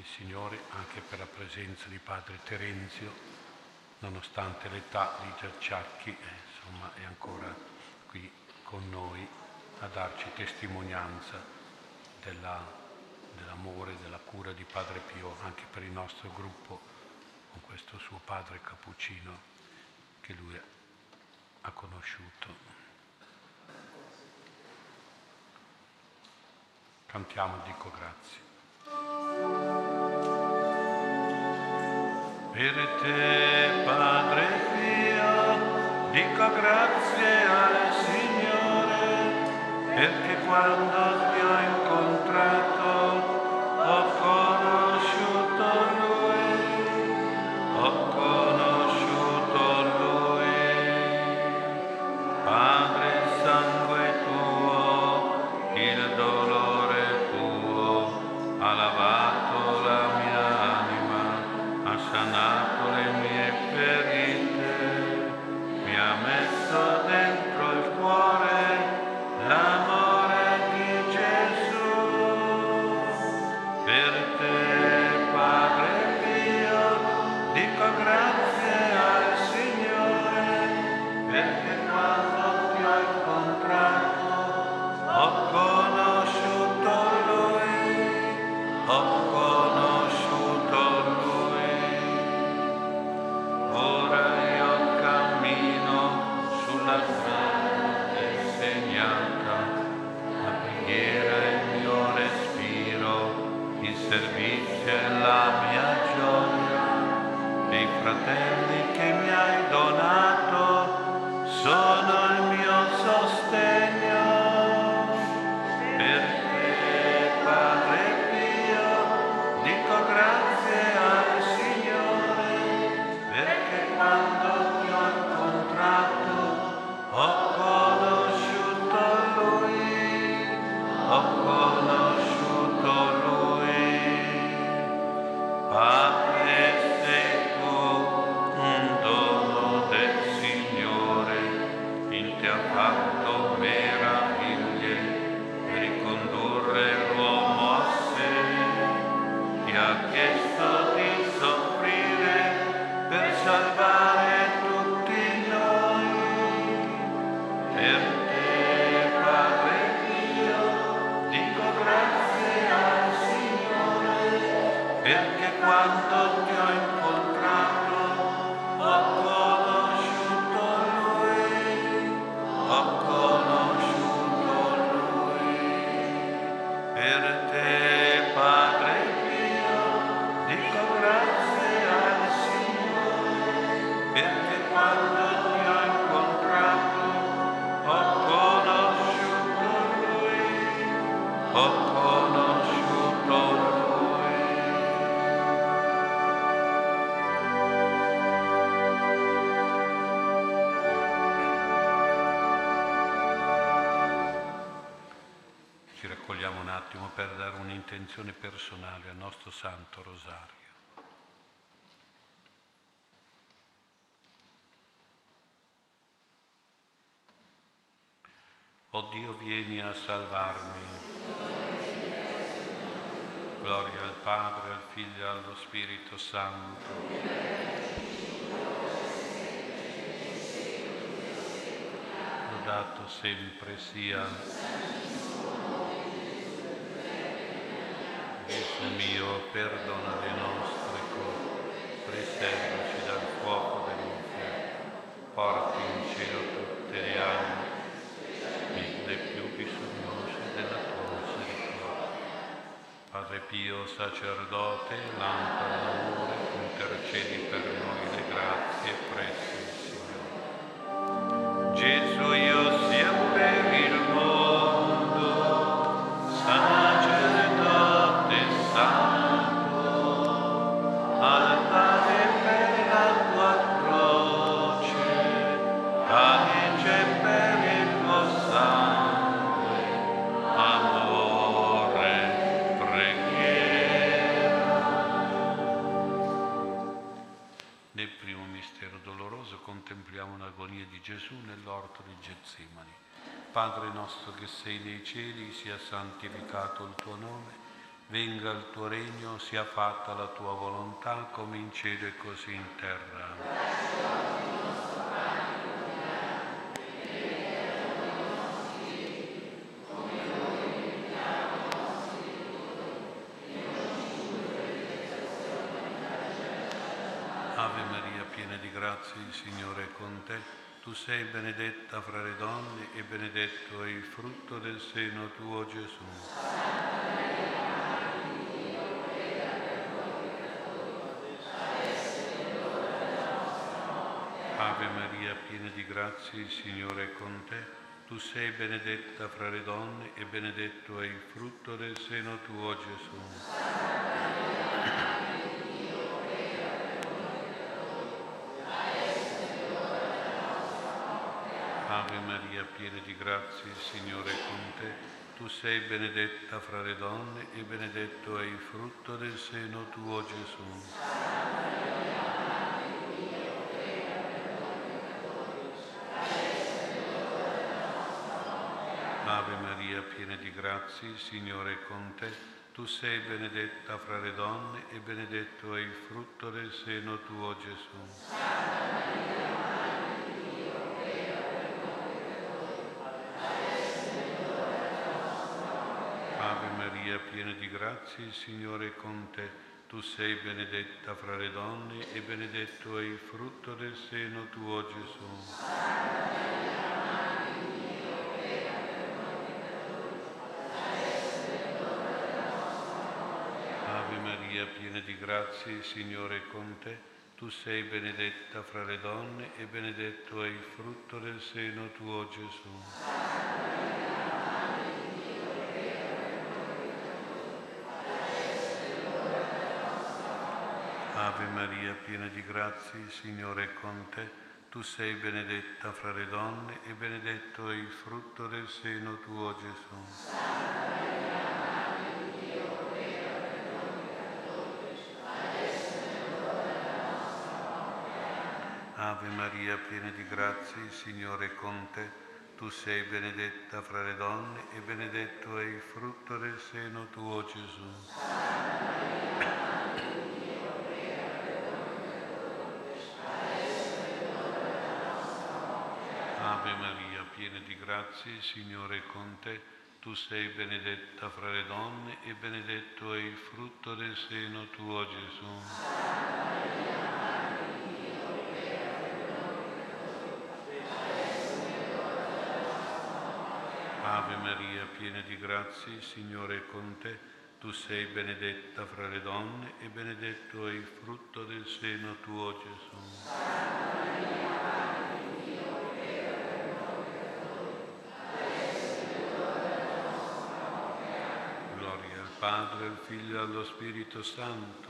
il Signore anche per la presenza di Padre Terenzio, nonostante l'età di Giacciacchi, insomma è ancora qui con noi a darci testimonianza dell'amore, della cura di Padre Pio anche per il nostro gruppo, con questo suo padre cappuccino che lui ha conosciuto. Cantiamo, dico grazie. Per te, Padre Pio, dico grazie al Signore, perché quando ti ho incontrato ho conosciuto Lui, ho conosciuto Lui. Padre, sangue tuo, il dolore tuo, ha lavato la mia anima, ha sanato le mie ferite, mi ha messo dentro il cuore l'amore di Gesù. Per te, Padre Pio, dico grazie al Signore, perché quando ti ho incontrato ho conosciuto Lui, ho conosciuto Lui. Ora io cammino sulla strada segnata, la preghiera è il mio respiro, il servizio è la mia gioia, e i fratelli che mi hai donato sono il mio sostegno. Per te, Padre Pio, dico grazie al Signore, perché quando ti ho incontrato ho conosciuto Lui, ho conosciuto Lui. Padre, sei tu un dono del Signore, in te ha fatto meraviglie per ricondurre l'uomo a sé, ti ha chiesto di soffrire per salvare tutti noi. Per te, Padre Dio, dico grazie al Signore, perché quando ti ho incontrato ho conosciuto Lui, ho conosciuto Lui. Per te, Padre Pio, dico grazie al Signore, perché quando ti ho incontrato ho conosciuto Lui, ho conosciuto Lui. Ci raccogliamo un attimo per dare un'intenzione personale al nostro Santo Rosario. O Dio, vieni a salvarmi. Gloria al Padre, al Figlio e allo Spirito Santo. Lodato sempre sia Gesù mio, perdona le nostre colpe, preservaci dal fuoco dell'inferno, porti in cielo tutte le anime, le più bisognose della tua misericordia. Padre Pio, sacerdote, lampada d'amore, intercedi per noi le grazie presso il Signore. Gesù, io sia per il mondo, sacerdote santo, altare per la tua croce, calice per il tuo sangue, amore, preghiera. Nel primo mistero doloroso contempliamo l'agonia di Gesù nell'orto di Getsemani. Padre nostro che sei nei cieli, sia santificato il tuo nome, Venga il tuo regno, sia fatta la tua volontà, come in cielo e così in terra. Ave Maria, piena di grazia, il Signore è con te. Tu sei benedetta fra le donne e benedetto è il frutto del seno tuo, Gesù. Ave Maria, piena di grazia, il Signore è con te. Tu sei benedetta fra le donne e benedetto è il frutto del seno tuo, Gesù. Ave Maria, piena di grazia, il Signore è con te. Tu sei benedetta fra le donne e benedetto è il frutto del seno tuo, Gesù. Ave Maria, piena di grazia, il Signore è con te. Tu sei benedetta fra le donne e benedetto è il frutto del seno tuo, Gesù. Ave Maria, piena di grazia, il Signore è con te. Tu sei benedetta fra le donne e benedetto è il frutto del seno tuo, Gesù. Ave Maria, piena di grazia, il Signore è con te. Tu sei benedetta fra le donne e benedetto è il frutto del seno tuo, Gesù. Ave Maria, piena di grazia, il Signore è con te. Tu sei benedetta fra le donne e benedetto è il frutto del seno tuo, Gesù. Ave Maria, piena di grazia, il Signore è con te. Tu sei benedetta fra le donne e benedetto è il frutto del seno tuo, Gesù. Ave Maria, piena di grazia, il Signore è con te. Tu sei benedetta fra le donne e benedetto è il frutto del seno tuo, Gesù. Ave Maria, piena di grazia, il Signore è con te. Tu sei benedetta fra le donne e benedetto è il frutto del seno tuo, Gesù. Gloria al Padre, al Figlio e allo Spirito Santo.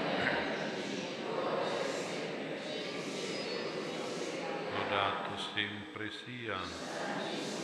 Lodato sempre sia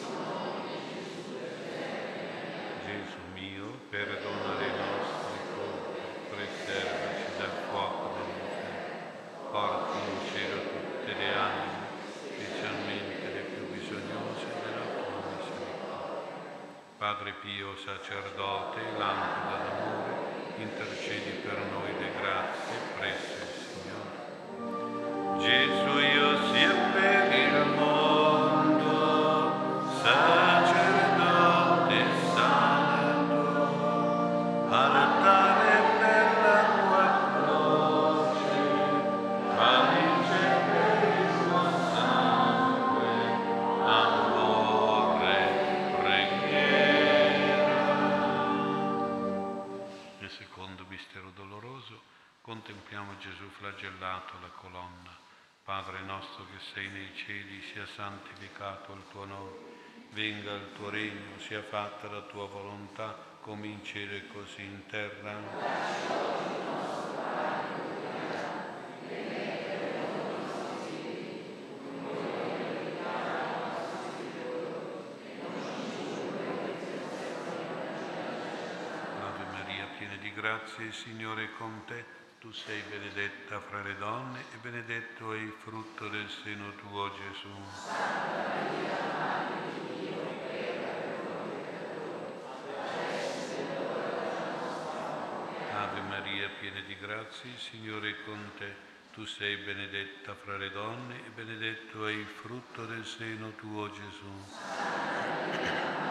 Gesù mio, perdona le nostre colpe, preservaci dal fuoco dell'inferno, porti in cielo tutte le anime, specialmente le più bisognose della tua misericordia. Padre Pio, sacerdote, lampada d'amore, intercedi per noi le grazie presso il Signore. Gesù, io sia per il mondo, sacerdote santo, altare per la tua croce, calice per il tuo sangue, amore, preghiera. Nel secondo mistero doloroso contempliamo Gesù flagellato alla colonna. Padre nostro che sei nei cieli, sia santificato il tuo nome, venga il tuo regno, sia fatta la tua volontà, come in cielo e così in terra. Ave Maria, piena di grazia, il Signore è con te. Tu sei benedetta fra le donne e benedetto è il frutto del seno tuo, Gesù. Maria, piena di grazia, il Signore è con te. Tu sei benedetta fra le donne e benedetto è il frutto del seno tuo, Gesù.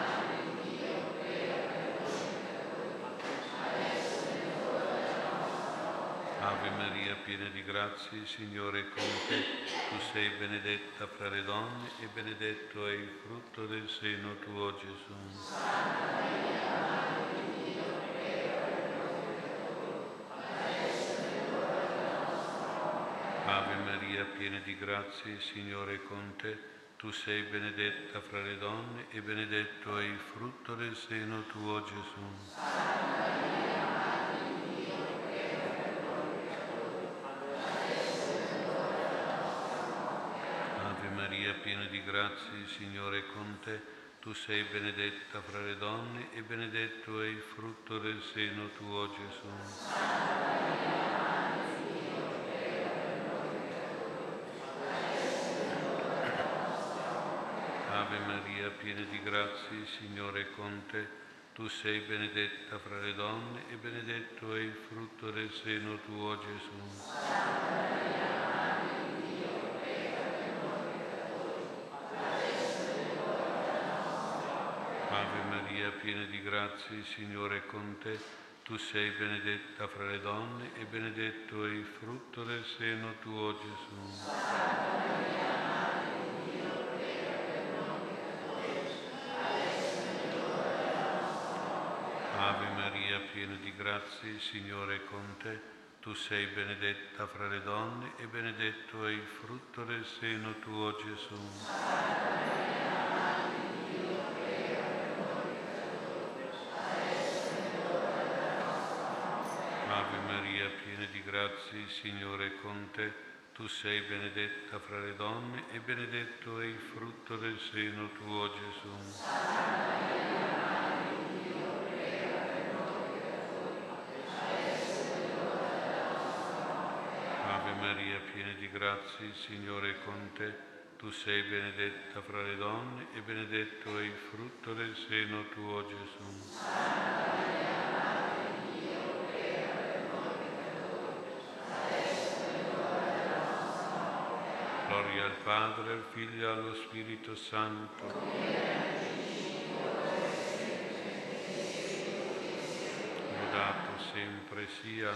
Ave Maria, piena di grazia, il Signore è con te. Tu sei benedetta fra le donne e benedetto è il frutto del seno tuo, Gesù. Ave Maria, piena di grazia, il Signore è con te. Tu sei benedetta fra le donne e benedetto è il frutto del seno tuo, Gesù. Ave Maria, piena di grazia, il Signore è con te. Tu sei benedetta fra le donne e benedetto è il frutto del seno tuo, Gesù. Ave Maria, piena di grazia, il Signore è con te. Tu sei benedetta fra le donne e benedetto è il frutto del seno tuo, Gesù. Ave Maria, piena di grazia, il Signore è con te. Tu sei benedetta fra le donne e benedetto è il frutto del seno tuo, Gesù. Ave Maria, piena di grazia, il Signore è con te. Tu sei benedetta fra le donne e benedetto è il frutto del seno tuo, Gesù. Ave Maria, piena di grazia, il Signore è con te. Tu sei benedetta fra le donne e benedetto è il frutto del seno tuo, Gesù. Ave Maria, piena di grazia, il Signore è con te. Tu sei benedetta fra le donne e benedetto è il frutto del seno tuo, Gesù. Gloria al Padre, al Figlio e allo Spirito Santo. Lodato sempre sia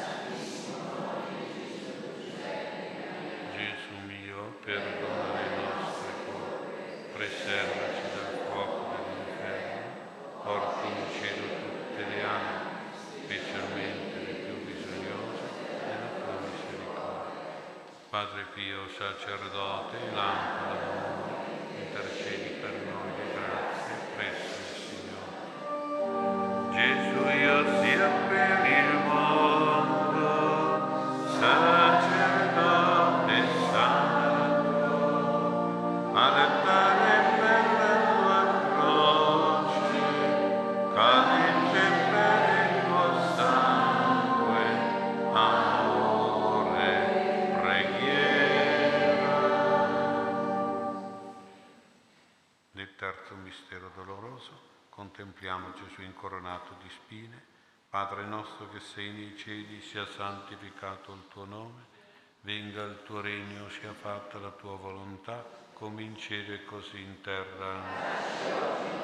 Gesù mio, perdona le nostre colpe, preservaci dal fuoco dell'inferno, porta in cielo tutte le anime, specialmente le più bisognose della tua misericordia. Padre Pio, sacerdote, lampada d'amore, intercedi per noi le grazie presso il Signore. Gesù, io sia per il mondo, sacerdote santo, allettare per la tua croce, cadente per il tuo sangue, amore, preghiera. Nel terzo mistero doloroso contempliamo Gesù incoronato di spine. Padre nostro che sei nei cieli, sia santificato il tuo nome, venga il tuo regno, sia fatta la tua volontà, come in cielo e così in terra.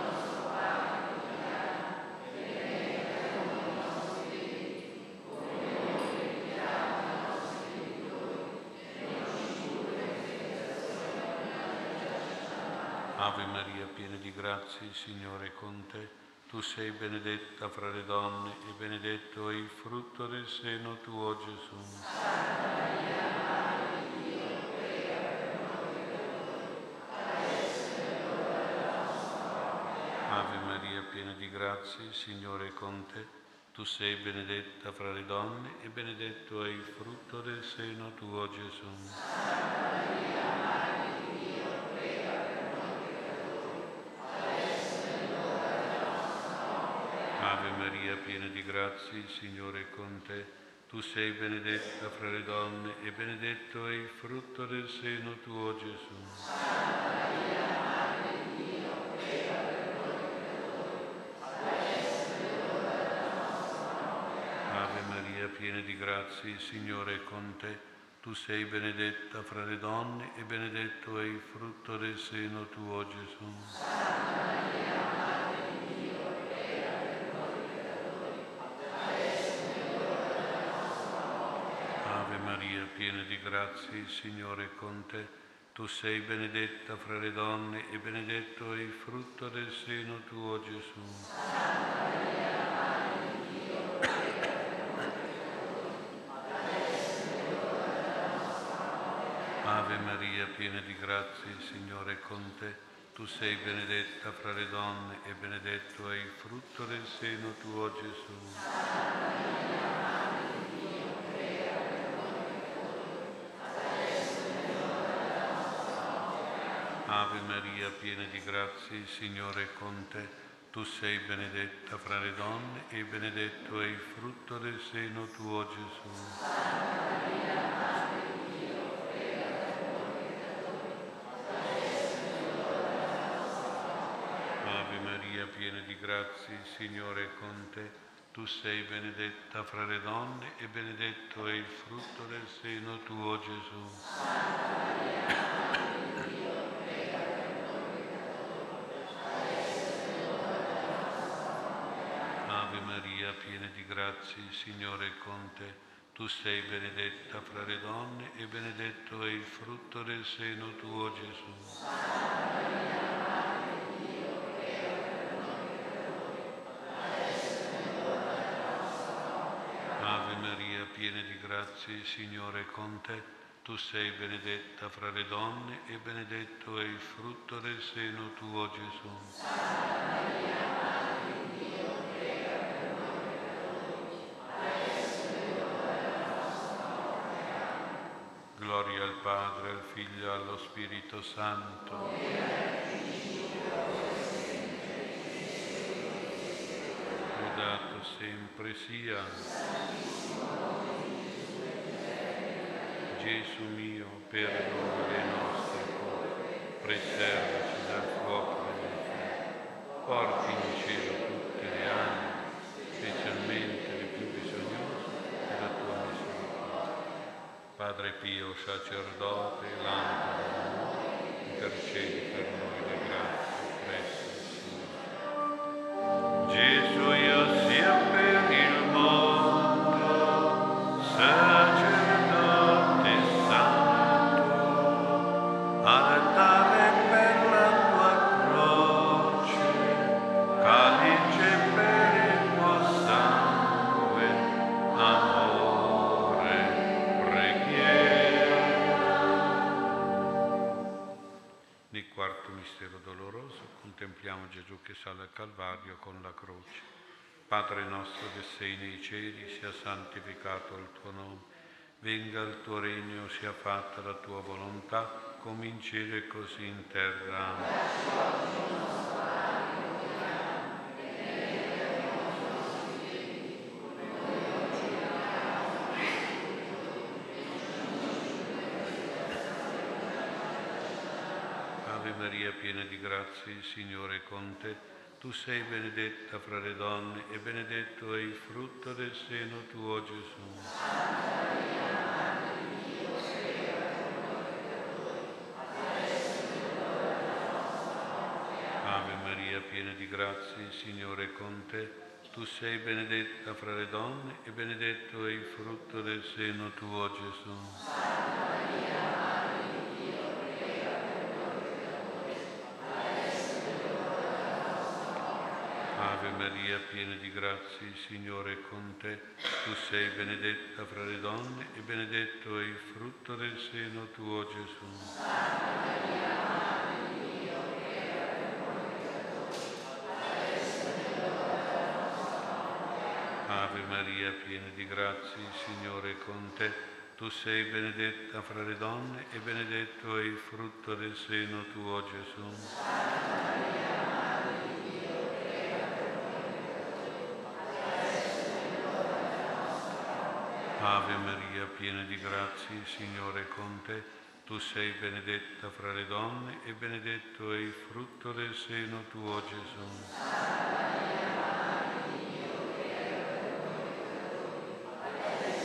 Ave Maria, piena di grazia, il Signore è con te. Tu sei benedetta fra le donne e benedetto è il frutto del seno tuo, Gesù. Ave Maria, piena di grazia, il Signore è con te. Tu sei benedetta fra le donne e benedetto è il frutto del seno tuo, Gesù. Ave Maria, piena di grazia, il Signore è con te. Tu sei benedetta fra le donne e benedetto è il frutto del seno tuo, Gesù. Ave Maria, piena di grazia, il Signore è con te. Tu sei benedetta fra le donne e benedetto è il frutto del seno tuo, Gesù. Santa Maria, Madre di Dio, prega per noi peccatori, adesso e nell'ora della nostra morte. Ave Maria, piena di grazia, il Signore è con te. Tu sei benedetta fra le donne e benedetto è il frutto del seno tuo, Gesù. Santa Maria, Madre di Dio, prega per noi peccatori, adesso e nell'ora della nostra morte. Ave Maria, piena di grazia, il Signore è con te. Tu sei benedetta fra le donne e benedetto è il frutto del seno tuo, Gesù. Santa Maria, Madre di Dio, prega per noi peccatori, adesso e nell'ora della nostra morte. Ave Maria, piena di grazia, il Signore è con te. Tu sei benedetta fra le donne e benedetto è il frutto del seno tuo, Gesù. Santa Maria, Madre di Dio, prega per noi peccatori, adesso e nell'ora della nostra morte. Ave Maria, piena di grazia, il Signore è con te. Tu sei benedetta fra le donne e benedetto è il frutto del seno tuo, Gesù. Santa Maria, Madre di Dio, prega per noi peccatori, adesso e nell'ora della nostra morte. Ave Maria, piena di grazia, il Signore è con te. Tu sei benedetta fra le donne e benedetto è il frutto del seno tuo, Gesù. Santa Maria, Madre di Dio, prega per noi peccatori, adesso e nell'ora della nostra morte. Ave Maria, piena di grazia, il Signore è con te. Tu sei benedetta fra le donne e benedetto è il frutto del seno tuo, Gesù. Santa Maria, Madre di Dio, prega per noi peccatori, adesso e nell'ora della nostra morte. Gloria al Padre, al Figlio e allo Spirito Santo. Lodato sempre sia Gesù mio, perdona le nostre colpe, preservaci dal fuoco dell'inferno, porti in cielo tutte le anime, specialmente le più bisognose della tua misericordia. Padre Pio, sacerdote, lampada dell'amore, intercedi per noi le grazie presso il Signore. Gesù io sia per il mondo, sacerdote santo, altare per la tua croce, calice per il tuo sangue, amore, preghiera. Nel quarto mistero doloroso contempliamo Gesù che sale al Calvario con la croce. Padre nostro che sei nei cieli, sia santificato il tuo nome. Venga il tuo regno, sia fatta la tua volontà, come in cielo e così in terra. Ave Maria, piena di grazia, il Signore è con te. Tu sei benedetta fra le donne e benedetto è il frutto del seno tuo, Gesù. Ave Maria, piena di grazia, il Signore è con te. Tu sei benedetta fra le donne e benedetto è il frutto del seno tuo, Gesù. Ave Maria, piena di grazia, il Signore è con te. Tu sei benedetta fra le donne e benedetto è il frutto del seno tuo, Gesù. Ave Maria, piena di grazia, il Signore è con te. Tu sei benedetta fra le donne e benedetto è il frutto del seno tuo, Gesù. Ave Maria, piena di grazia, il Signore è con te. Tu sei benedetta fra le donne e benedetto è il frutto del seno tuo, Gesù.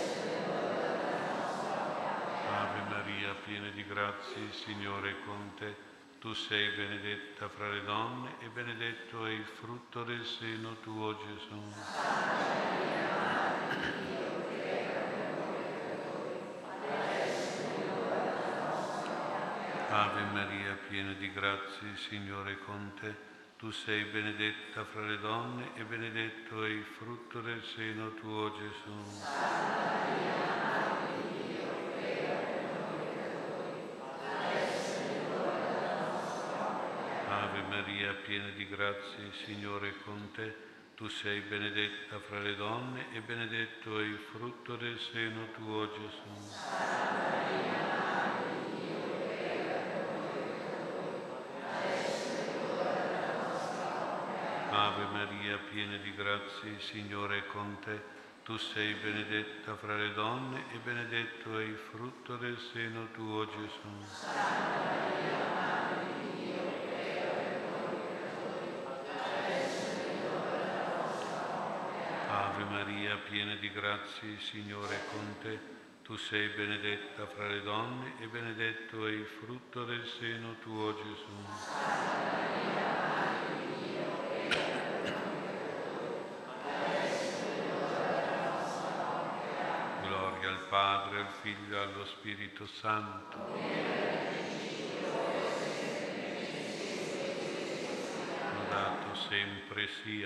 grazie, Signore, è con te. Tu sei benedetta fra le donne e benedetto è il frutto del seno tuo, Gesù. Ave Maria, piena di grazie, il Signore è con te. Tu sei benedetta fra le donne e benedetto è il frutto del seno tuo, Gesù. Ave Maria, piena di grazie, il Signore è con te. Tu sei benedetta fra le donne e benedetto è il frutto del seno tuo, Gesù. Ave Maria, piena di grazie, il Signore è con te. Tu sei benedetta fra le donne e benedetto è il frutto del seno tuo, Gesù. Ave Maria, piena di grazie, il Signore è con te. Tu sei benedetta fra le donne e benedetto è il frutto del seno tuo, Gesù. Gloria al Padre, al Figlio e allo Spirito Santo. Lodato sempre sia.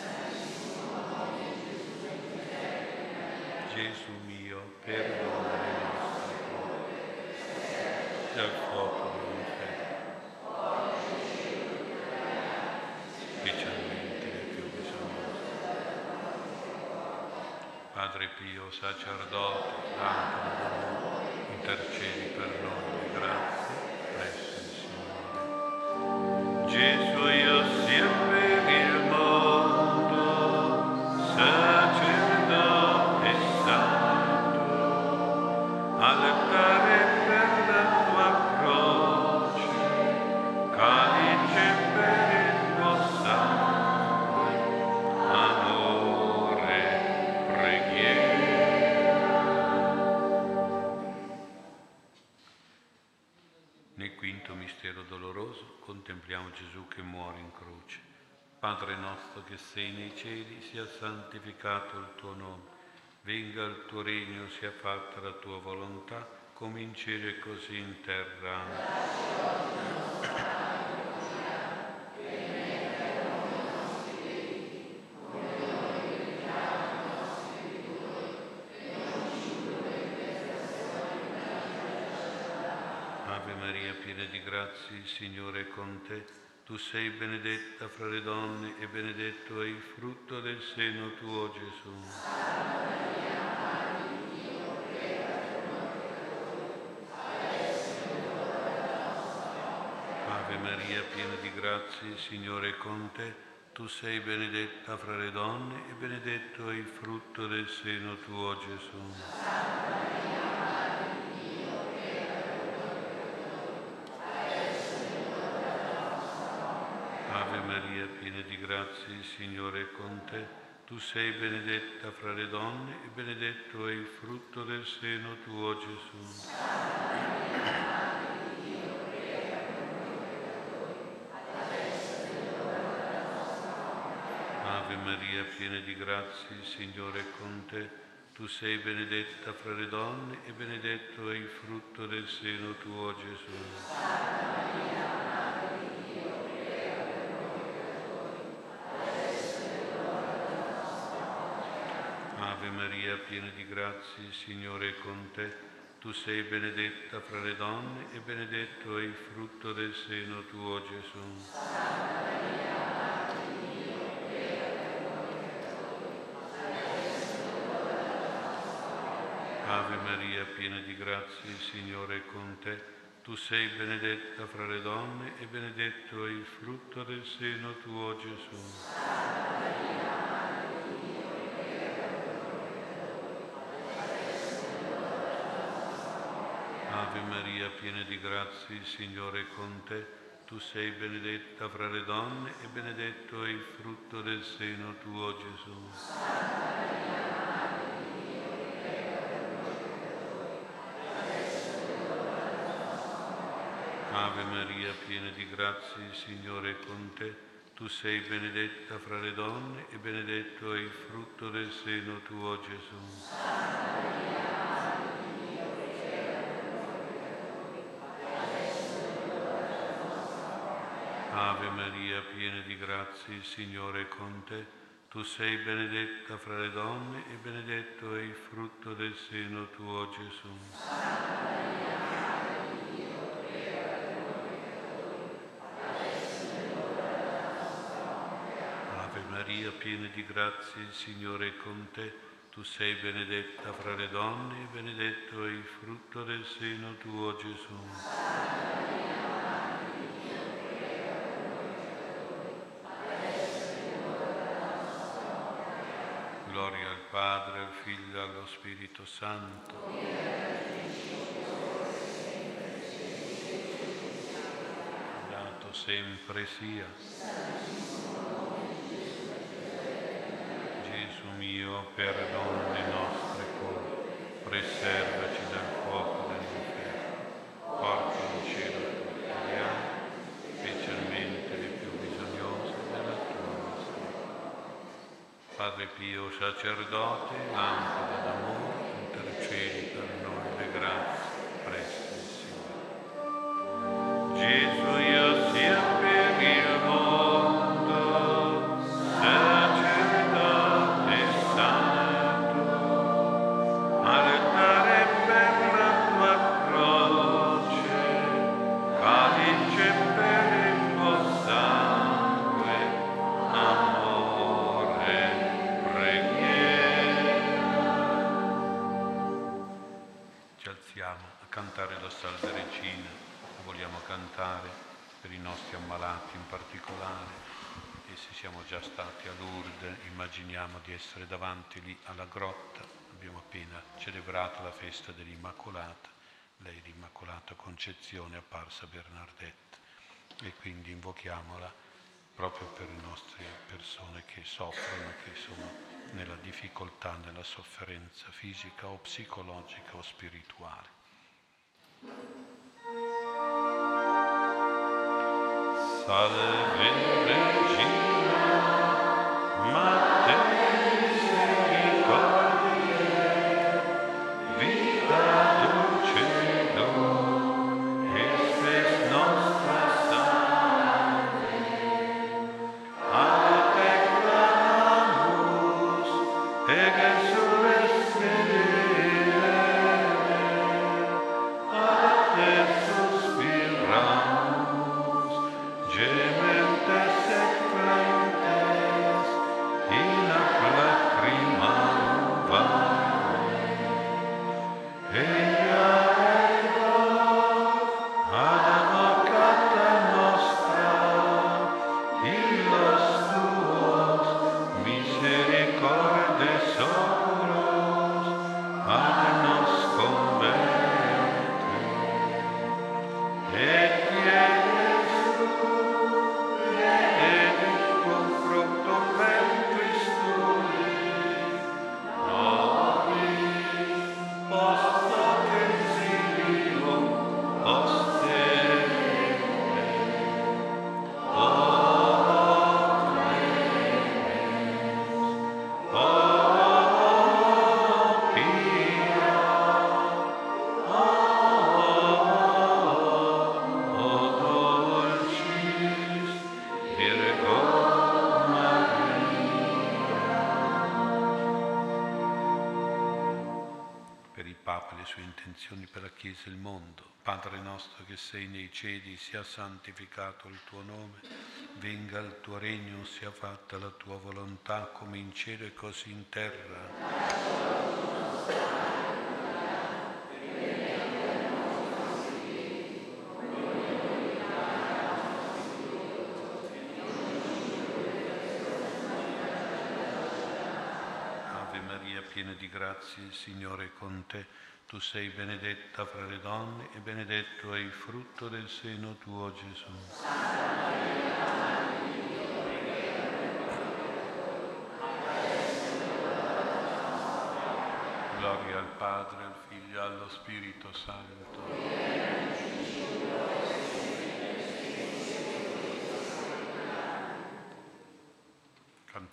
Gesù mio, perdona le nostre colpe, dal fuoco dell'inferno, specialmente le più bisognose. Padre Pio, sacerdote, santo d'amore, intercedi per noi, grazie, presso il Signore. Gesù, io sia per il mondo, sacerdote santo, all'altare per la tua croce, calice per il tuo sangue, amore, preghiera. Nel quinto mistero doloroso contempliamo Gesù che muore in croce. Padre nostro che sei nei cieli, sia santificato il tuo nome. Venga il tuo regno, sia fatta la tua volontà, come in cielo e così in terra. Ave Maria, piena di grazie, il Signore è con te. Tu sei benedetta fra le donne e benedetto è il frutto del seno tuo, Gesù. Ave Maria, piena di grazie, il Signore è con te. Tu sei benedetta fra le donne e benedetto è il frutto del seno tuo, Gesù. Ave Maria, piena di grazie, il Signore è con te. Tu sei benedetta fra le donne e benedetto è il frutto del seno tuo, Gesù. Ave Maria, piena di grazie, il Signore è con te. Tu sei benedetta fra le donne e benedetto è il frutto del seno tuo, Gesù. Ave Maria, piena di grazie, il Signore è con te. Tu sei benedetta fra le donne e benedetto è il frutto del seno tuo, Gesù. Ave Maria, piena di grazie, il Signore è con te. Tu sei benedetta fra le donne e benedetto è il frutto del seno tuo, Gesù. Ave Maria, piena di grazie, il Signore è con te. Tu sei benedetta fra le donne e benedetto è il frutto del seno tuo, Gesù. Ave Maria, piena di grazia, il Signore è con te. Tu sei benedetta fra le donne e benedetto è il frutto del seno tuo, Gesù. Ave Maria, piena di grazia, il Signore è con te. Tu sei benedetta fra le donne e benedetto è il frutto del seno tuo, Gesù. Ave Maria, piena di grazia, il Signore è con te. Tu sei benedetta fra le donne e benedetto è il frutto del seno tuo, Gesù. Gloria al Padre, al Figlio e allo Spirito Santo. Dato sempre sia. Gesù mio, perdona le nostre colpe, preservaci dal fuoco dell'inferno, porta in cielo tutti gli animi, specialmente le più bisognose della tua misericordia. Padre Pio, sacerdote, lampada d'amore, intercedi per noi le grazie presso il Signore. Gesù, io sia per il mondo, sacerdote santo, altare per la tua croce, calice per il tuo sangue, amore, preghiera. Ci alziamo a cantare la Salve Regina. Vogliamo cantare per i nostri ammalati in particolare, e se siamo già stati a Lourdes immaginiamo di essere davanti lì alla grotta. Abbiamo appena celebrato la festa dell'Immacolata, lei l'Immacolata Concezione apparsa Bernardette, e quindi invochiamola proprio per le nostre persone che soffrono, che sono nella difficoltà, nella sofferenza fisica o psicologica o spirituale. Salve Regina, Mater misericordiae, vita dulcedo, espes nostra salve. A te clamamus, et resurrexere, a te suspiramus, gementes et flentes, in ac lacrimam vale. Ella ergo ad advocata nostra, illos tuos misericordes oculos ad nos converte. Et Iesus, benedictus cum fructum ventris tui, nobis post hoc exilium ostende. O clemens, o pia, o dulcis Virgo Maria. Per il Papa e le sue intenzioni per la Chiesa e il mondo. Padre nostro che sei nei cieli, sia santificato il tuo nome, venga il tuo regno, sia fatta la tua volontà come in cielo e così in terra. Ave Maria, piena di grazia, il Signore è con te. Tu sei benedetta fra le donne e benedetto è il frutto del seno tuo, Gesù. Gloria al Padre, al Figlio e allo Spirito Santo.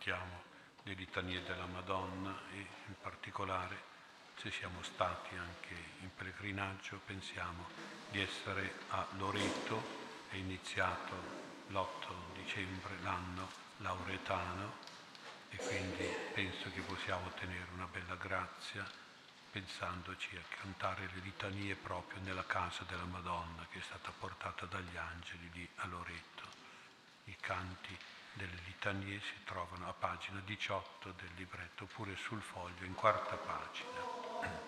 cantiamo le litanie della Madonna e in particolare, se siamo stati anche in pellegrinaggio, pensiamo di essere a Loreto. È iniziato l'8 dicembre l'anno lauretano e quindi penso che possiamo ottenere una bella grazia pensandoci a cantare le litanie proprio nella casa della Madonna che è stata portata dagli angeli lì a Loreto. I canti delle litanie si trovano a pagina 18 del libretto oppure sul foglio in quarta pagina.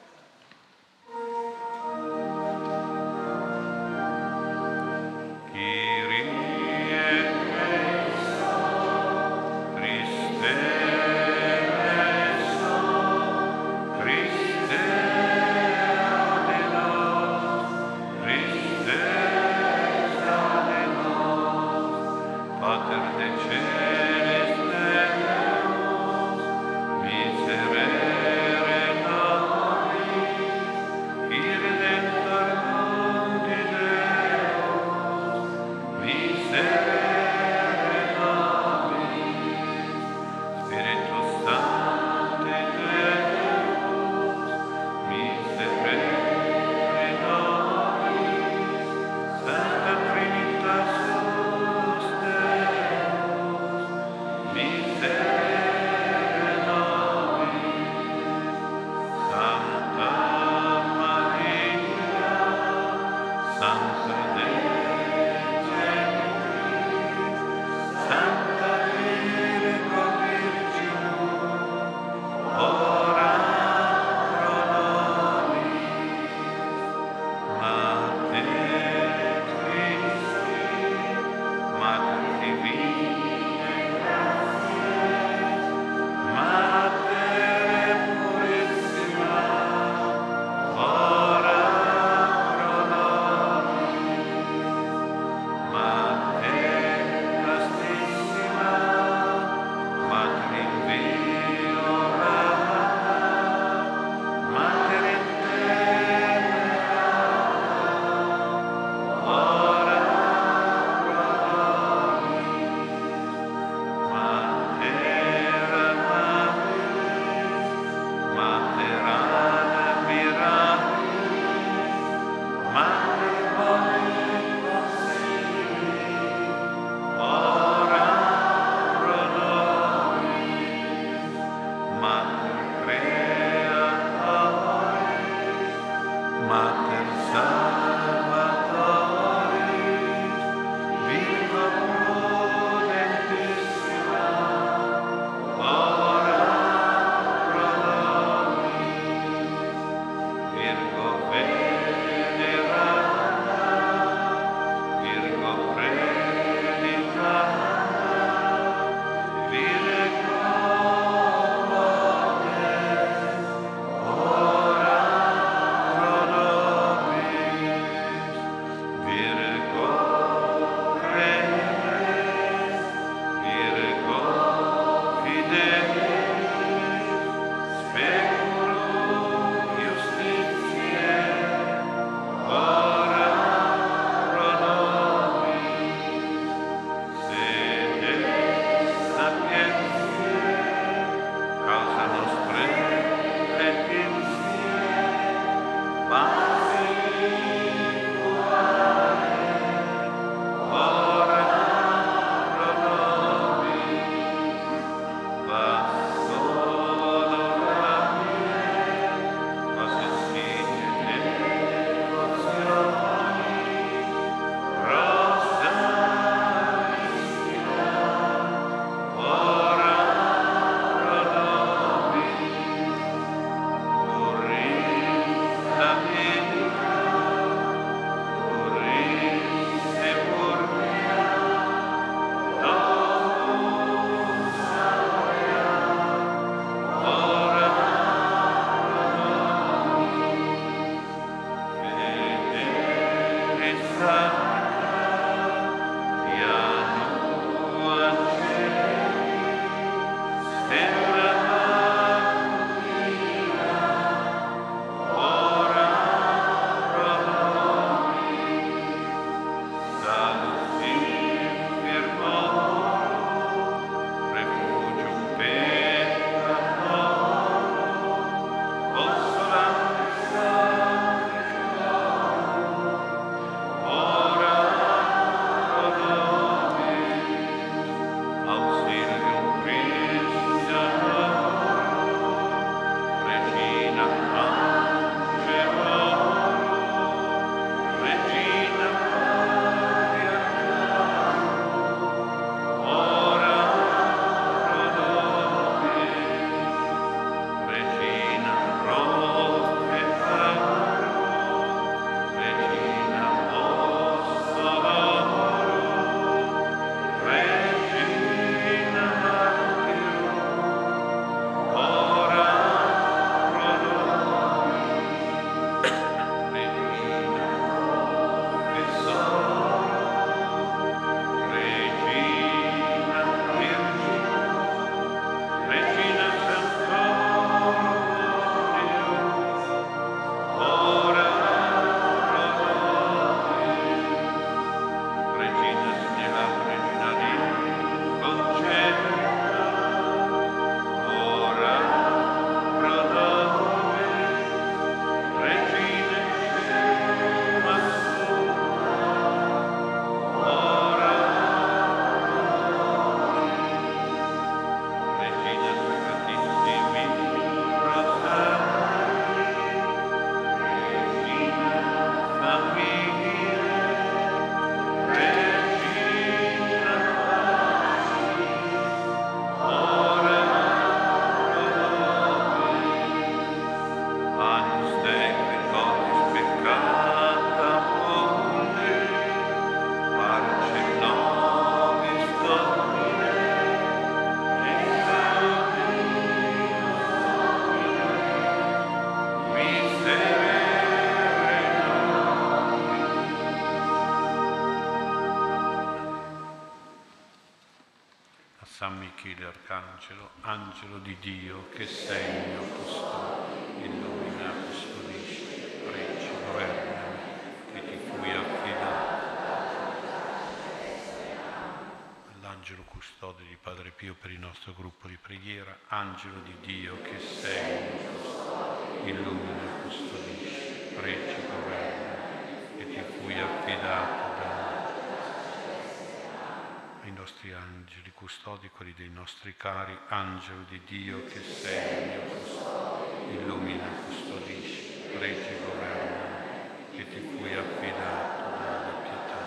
Michele Arcangelo, angelo di Dio, che sei il mio custode, illumina, custodisci, reggi, governami, che ti fui affidato. L'angelo custode di Padre Pio per il nostro gruppo di preghiera, angelo di Dio, che sei il mio custode, illumina, custodisci, reggi, governami, che ti fui affidato ai nostri angeli custodi, quelli dei nostri cari, angelo di Dio che sei il mio custode, illumina, custodisci, reggi, governa, che ti fui affidato dalla pietà.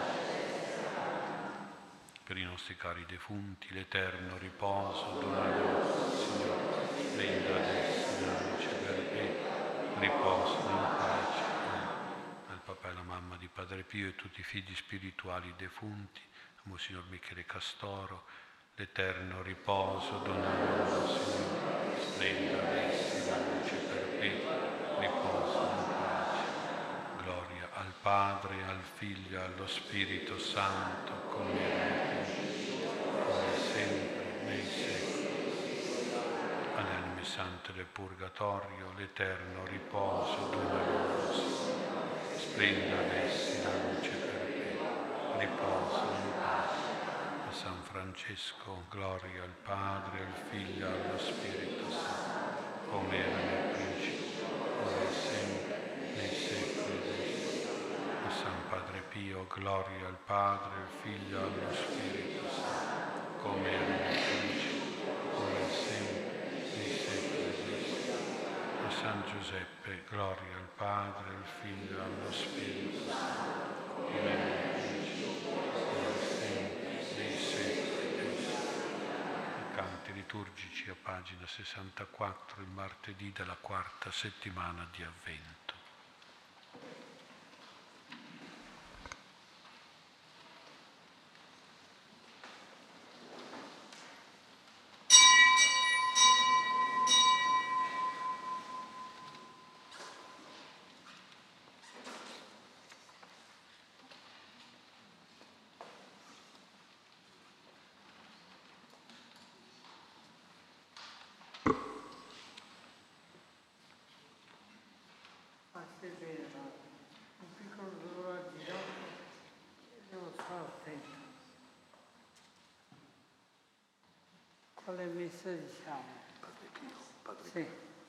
Per i nostri cari defunti, l'eterno riposo, dona loro, Signore, splenda ad essi la luce perpetua, riposo in pace. Al papà e alla mamma di Padre Pio e tutti i figli spirituali defunti, Monsignor Michele Castoro, l'eterno riposo, dona loro, Signore, splenda ad essi la luce perpetua, riposo in pace. Gloria al Padre, al Figlio e allo Spirito Santo, come era come sempre, nei secoli. Alle anime sante del Purgatorio, l'eterno riposo, dona loro, Signore, splenda ad essi la luce perpetua, riposo in pace. A San Francesco, gloria al Padre, al Figlio e allo Spirito Santo, come era nel principio, ora e sempre, nei secoli dei secoli. A San Padre Pio, gloria al Padre, al Figlio e allo Spirito Santo, come era nel principio, ora e sempre, nei secoli dei secoli. A San Giuseppe, gloria al Padre, al Figlio e allo Spirito Santo, come era nel principio, ora e sempre, nei secoli dei secoli. I canti liturgici a pagina 64, il martedì della quarta settimana di Avvento. Un piccolo dolore al ginocchio e devo stare attento. Quale messa diciamo? Padre Pio. Sì.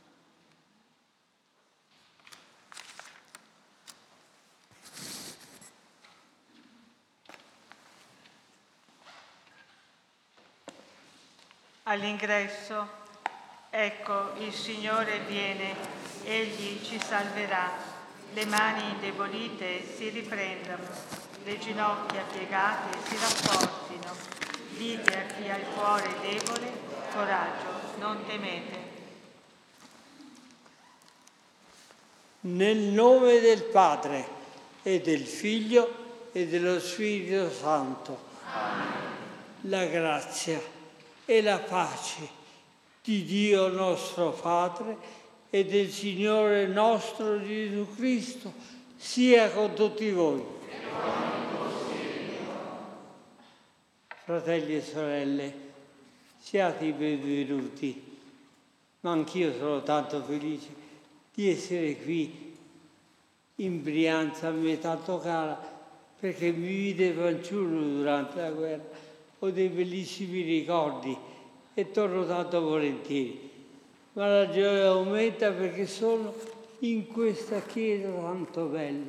All'ingresso, ecco, il Signore viene, Egli ci salverà. Le mani indebolite si riprendono, le ginocchia piegate si rafforzino. Dite a chi ha il cuore debole, coraggio, non temete. Nel nome del Padre e del Figlio e dello Spirito Santo. Amen. La grazia e la pace di Dio nostro Padre e del Signore nostro Gesù Cristo sia con tutti voi. Fratelli e sorelle, siate i benvenuti, ma anch'io sono tanto felice di essere qui in Brianza, a me tanto cara, perché mi vide fanciullo durante la guerra, ho dei bellissimi ricordi e torno tanto volentieri. Ma la gioia aumenta perché sono in questa chiesa tanto bella.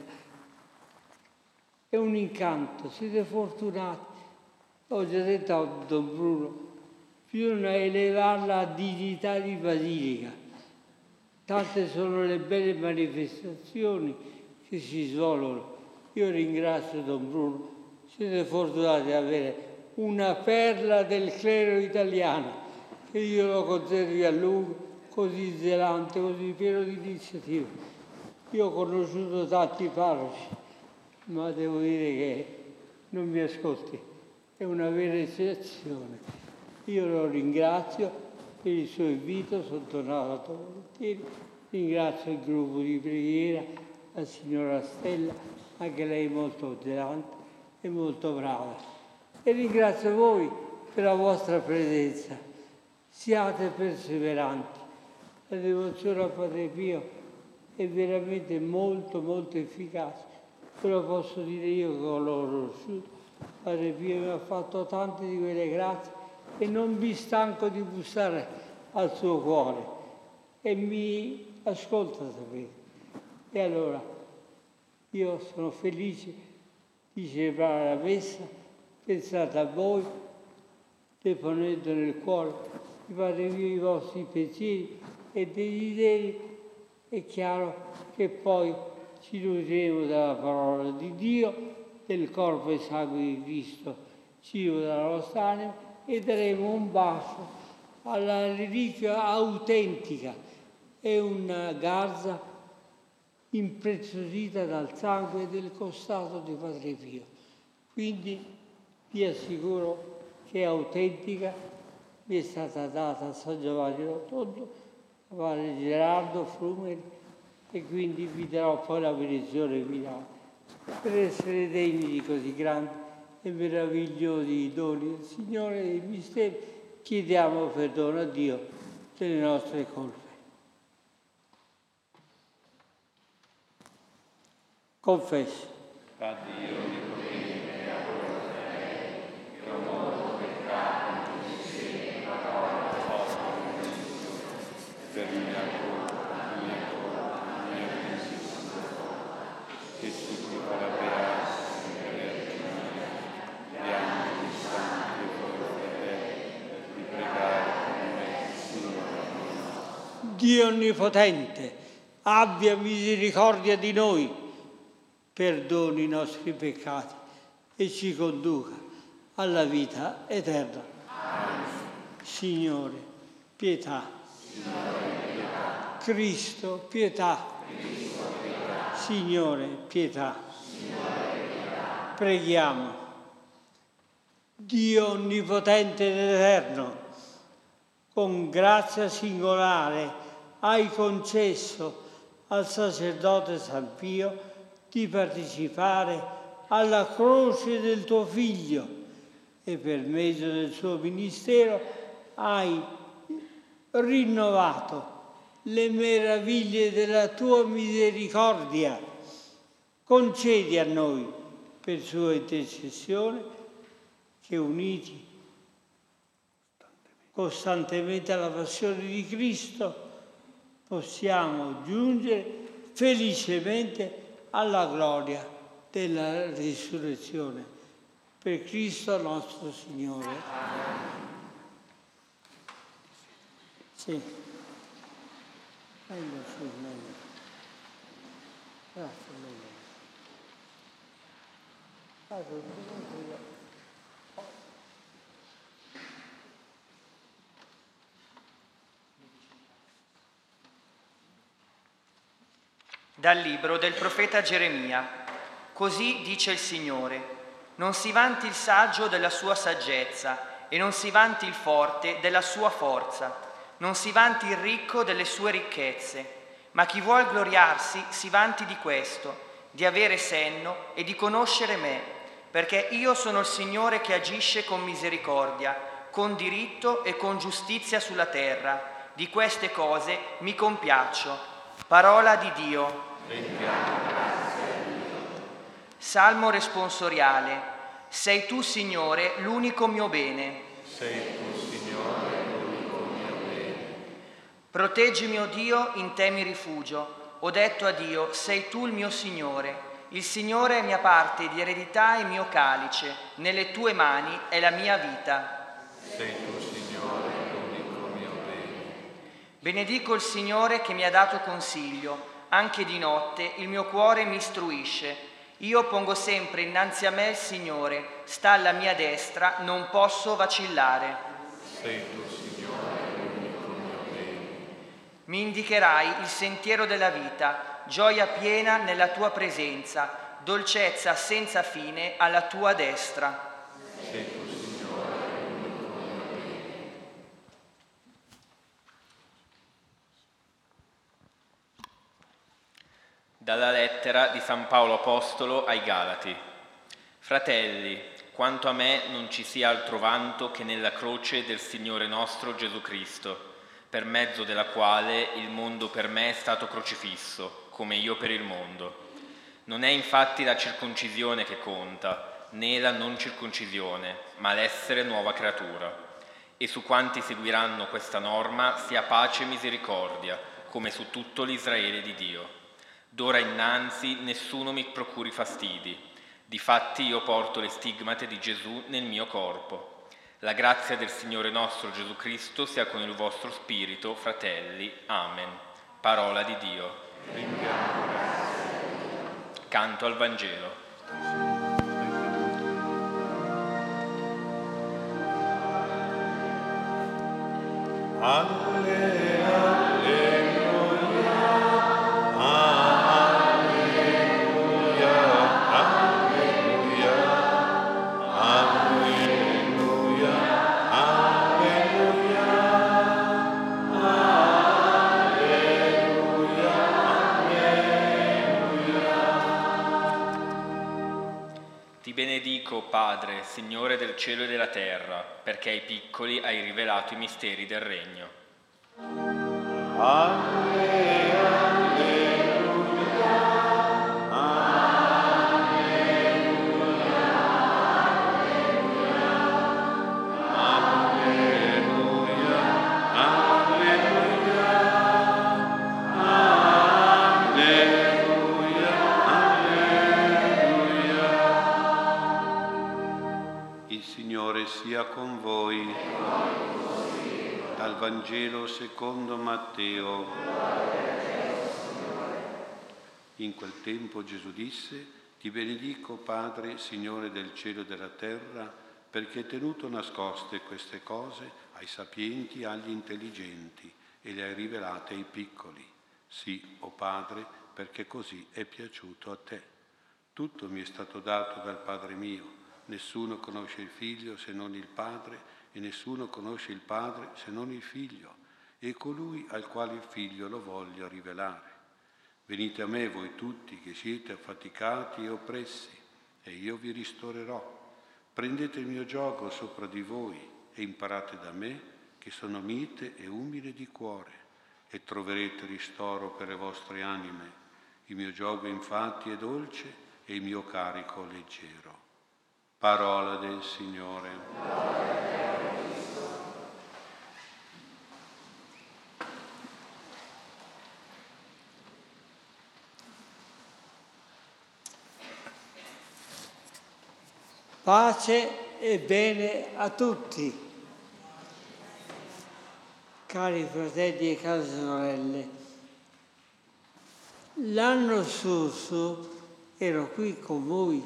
È un incanto, siete fortunati. Ho già detto a Don Bruno, bisogna elevarla a dignità di basilica. Tante sono le belle manifestazioni che si svolgono. Io ringrazio Don Bruno, siete fortunati ad avere una perla del clero italiano, che Dio lo conservi a lungo, così zelante, così pieno di iniziativa. Io ho conosciuto tanti parroci, ma devo dire che non mi ascolti, è una vera eccezione. Io lo ringrazio per il suo invito, sono tornato volentieri, ringrazio il gruppo di preghiera, la signora Stella, anche lei molto zelante e molto brava. E ringrazio voi per la vostra presenza. Siate perseveranti. La devozione al Padre Pio è veramente molto, molto efficace. Ve lo posso dire io che l'ho conosciuto. Padre Pio mi ha fatto tante di quelle grazie e non mi stanco di bussare al suo cuore e mi ascolta, sapete. E allora io sono felice di celebrare la messa, pensate a voi, deponendo nel cuore di Padre Pio i vostri pensieri e desideri. È chiaro che poi ci nutriremo della parola di Dio, del corpo e sangue di Cristo, cibo della nostra anima, e daremo un bacio alla reliquia autentica. È una garza impreziosita dal sangue del costato di Padre Pio. Quindi vi assicuro che è autentica, mi è stata data a San Giovanni Rotondo, a Padre Gerardo Frumeri, e quindi vi darò poi la benedizione finale. Per essere degni di così grandi e meravigliosi doni del Signore e dei misteri, chiediamo perdono a Dio delle nostre colpe. Confesso. A Dio di colpire a che ho molto peccato, sì, parola, per mia colpa, mia resistenza, che supplico la beata Vergine Maria, e anche i santi e voi fratelli, di pregare per me, Signore. Dio Onnipotente, abbia misericordia di noi, perdoni i nostri peccati e ci conduca alla vita eterna. Amen. Signore, pietà. Signore, pietà. Cristo, pietà. Cristo, pietà. Signore, pietà. Signore, pietà. Preghiamo. Dio Onnipotente ed Eterno, con grazia singolare hai concesso al sacerdote San Pio di partecipare alla croce del tuo Figlio e per mezzo del suo ministero hai rinnovato le meraviglie della tua misericordia. Concedi a noi, per sua intercessione, che uniti costantemente alla passione di Cristo possiamo giungere felicemente alla gloria della risurrezione. Per Cristo nostro Signore. Sì. Meglio, sì, meglio. Grazie, meglio. Dal libro del profeta Geremia. Così dice il Signore: non si vanti il saggio della sua saggezza e non si vanti il forte della sua forza, non si vanti il ricco delle sue ricchezze, ma chi vuol gloriarsi si vanti di questo, di avere senno e di conoscere me, perché io sono il Signore che agisce con misericordia, con diritto e con giustizia sulla terra. Di queste cose mi compiaccio. Parola di Dio. Salmo responsoriale. Sei tu, Signore, l'unico mio bene. Sei tu, Signore, l'unico mio bene. Proteggimi, o Dio, in te mi rifugio. Ho detto a Dio, sei tu il mio Signore. Il Signore è mia parte di eredità e mio calice. Nelle tue mani è la mia vita. Sei tu, Signore, l'unico mio bene. Benedico il Signore che mi ha dato consiglio. Anche di notte il mio cuore mi istruisce. Io pongo sempre innanzi a me il Signore, sta alla mia destra, non posso vacillare. Sei tu, Signore, l'unico mio bene. Mi indicherai il sentiero della vita, gioia piena nella tua presenza, dolcezza senza fine alla tua destra. Sei tu, Signore, l'unico mio bene. Dalla lettera di San Paolo Apostolo ai Galati. Fratelli, quanto a me non ci sia altro vanto che nella croce del Signore nostro Gesù Cristo, per mezzo della quale il mondo per me è stato crocifisso, come io per il mondo. Non è infatti la circoncisione che conta, né la non circoncisione, ma l'essere nuova creatura. E su quanti seguiranno questa norma sia pace e misericordia, come su tutto l'Israele di Dio. D'ora innanzi nessuno mi procuri fastidi. Difatti io porto le stigmate di Gesù nel mio corpo. La grazia del Signore nostro Gesù Cristo sia con il vostro spirito, fratelli. Amen. Parola di Dio. Canto al Vangelo. Ti benedico, Padre, Signore del cielo e della terra, perché ai piccoli hai rivelato i misteri del regno. Il Signore sia con voi. Dal Vangelo secondo Matteo. In quel tempo Gesù disse: Ti benedico, Padre, Signore del cielo e della terra, perché hai tenuto nascoste queste cose ai sapienti e agli intelligenti e le hai rivelate ai piccoli. Sì, o Padre, perché così è piaciuto a te. Tutto mi è stato dato dal Padre mio. Nessuno conosce il Figlio se non il Padre, e nessuno conosce il Padre se non il Figlio, e colui al quale il Figlio lo voglia rivelare. Venite a me voi tutti che siete affaticati e oppressi, e io vi ristorerò. Prendete il mio giogo sopra di voi e imparate da me, che sono mite e umile di cuore, e troverete ristoro per le vostre anime. Il mio giogo infatti è dolce e il mio carico leggero. Parola del Signore. Pace e bene a tutti, cari fratelli e care sorelle. L'anno scorso ero qui con voi.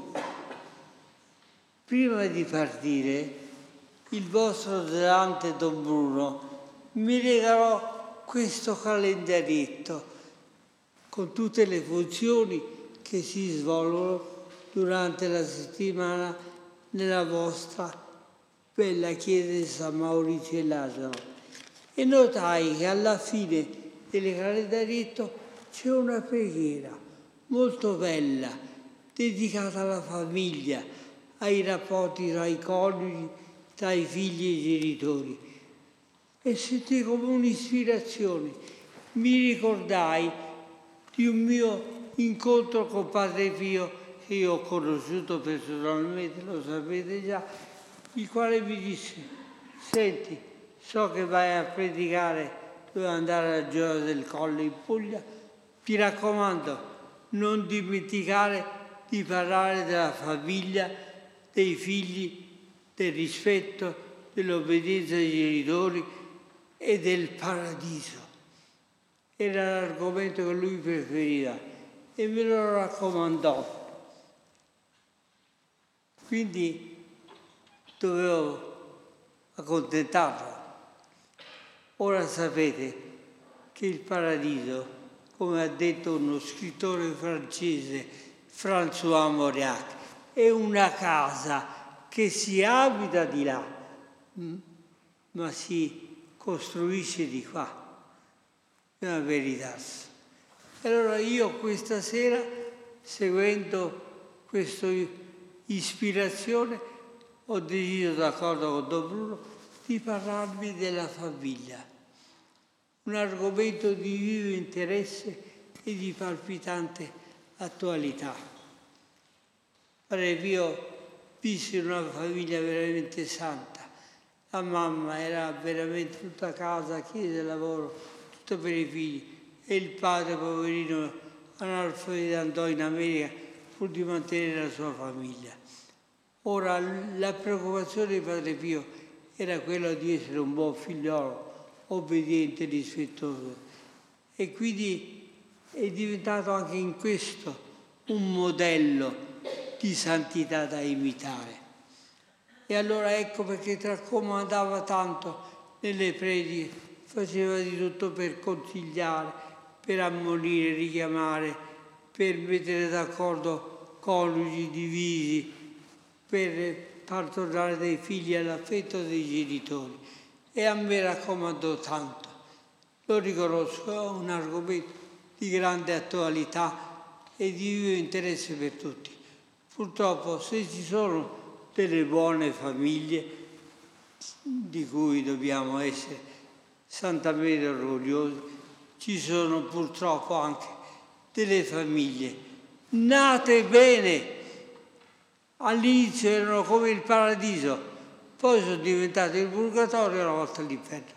Prima di partire, il vostro zelante Don Bruno mi regalò questo calendarietto con tutte le funzioni che si svolgono durante la settimana nella vostra bella chiesa di San Maurizio e Lazzaro. E notai che alla fine del calendarietto c'è una preghiera molto bella, dedicata alla famiglia, ai rapporti tra i coniugi, tra i figli e i genitori. E sentii come un'ispirazione. Mi ricordai di un mio incontro con Padre Pio, che io ho conosciuto personalmente, lo sapete già, il quale mi disse: senti, so che vai a predicare, dove andare al Gioia del Colle in Puglia, ti raccomando, non dimenticare di parlare della famiglia, dei figli, del rispetto, dell'obbedienza ai genitori e del paradiso. Era l'argomento che lui preferiva e me lo raccomandò. Quindi dovevo accontentarlo. Ora sapete che il paradiso, come ha detto uno scrittore francese, François Mauriac, è una casa che si abita di là, ma si costruisce di qua. È una verità. E allora io questa sera, seguendo questa ispirazione, ho deciso, d'accordo con Don Bruno, di parlarvi della famiglia, un argomento di vivo interesse e di palpitante attualità. Padre Pio visse in una famiglia veramente santa. La mamma era veramente tutta a casa, chiesa e lavoro, tutto per i figli, e il padre, poverino, analfabeta, andò in America pur di mantenere la sua famiglia. Ora, la preoccupazione di Padre Pio era quella di essere un buon figliolo, obbediente e rispettoso, e quindi è diventato anche in questo un modello di santità da imitare. E allora ecco perché raccomandava tanto nelle prediche, faceva di tutto per consigliare, per ammonire, richiamare, per mettere d'accordo coniugi divisi, per far tornare dei figli all'affetto dei genitori. E a me raccomandò tanto. Lo riconosco, è un argomento di grande attualità e di vivo interesse per tutti. Purtroppo, se ci sono delle buone famiglie di cui dobbiamo essere santamente orgogliosi, ci sono purtroppo anche delle famiglie nate bene. All'inizio erano come il paradiso, poi sono diventate il purgatorio e una volta l'inferno.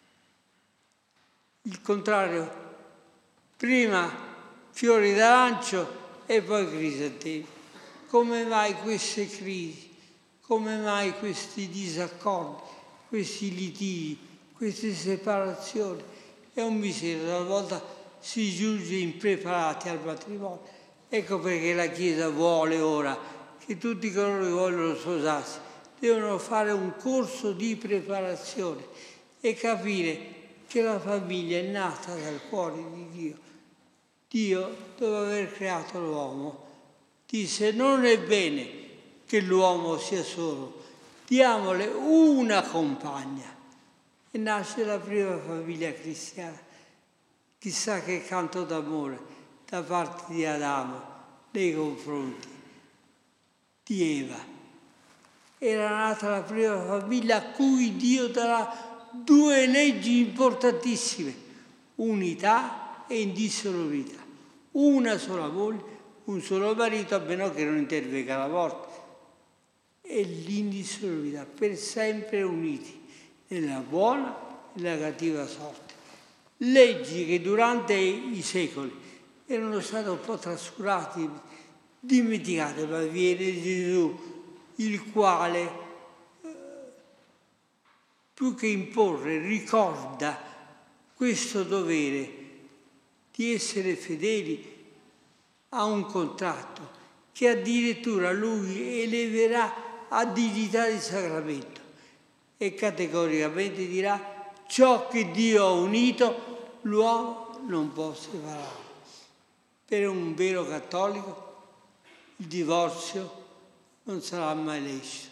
Il contrario, prima fiori d'arancio e poi crisantemi. Come mai queste crisi? Come mai questi disaccordi, questi litigi, queste separazioni? È un mistero, talvolta si giunge impreparati al matrimonio. Ecco perché la Chiesa vuole ora che tutti coloro che vogliono sposarsi devono fare un corso di preparazione e capire che la famiglia è nata dal cuore di Dio. Dio, dopo aver creato l'uomo, disse: non è bene che l'uomo sia solo, diamole una compagna. E nasce la prima famiglia cristiana. Chissà che canto d'amore da parte di Adamo nei confronti di Eva. Era nata la prima famiglia a cui Dio darà due leggi importantissime: unità e indissolubilità. Una sola moglie, un solo marito, a meno che non intervenga la morte. E l'indissolubilità, per sempre uniti nella buona e nella cattiva sorte. Leggi che durante i secoli erano state un po' trascurate, dimenticate, ma viene Gesù, il quale, più che imporre, ricorda questo dovere di essere fedeli a un contratto che addirittura lui eleverà a dignità di sacramento e categoricamente dirà: ciò che Dio ha unito l'uomo non può separare. Per un vero cattolico il divorzio non sarà mai lecito,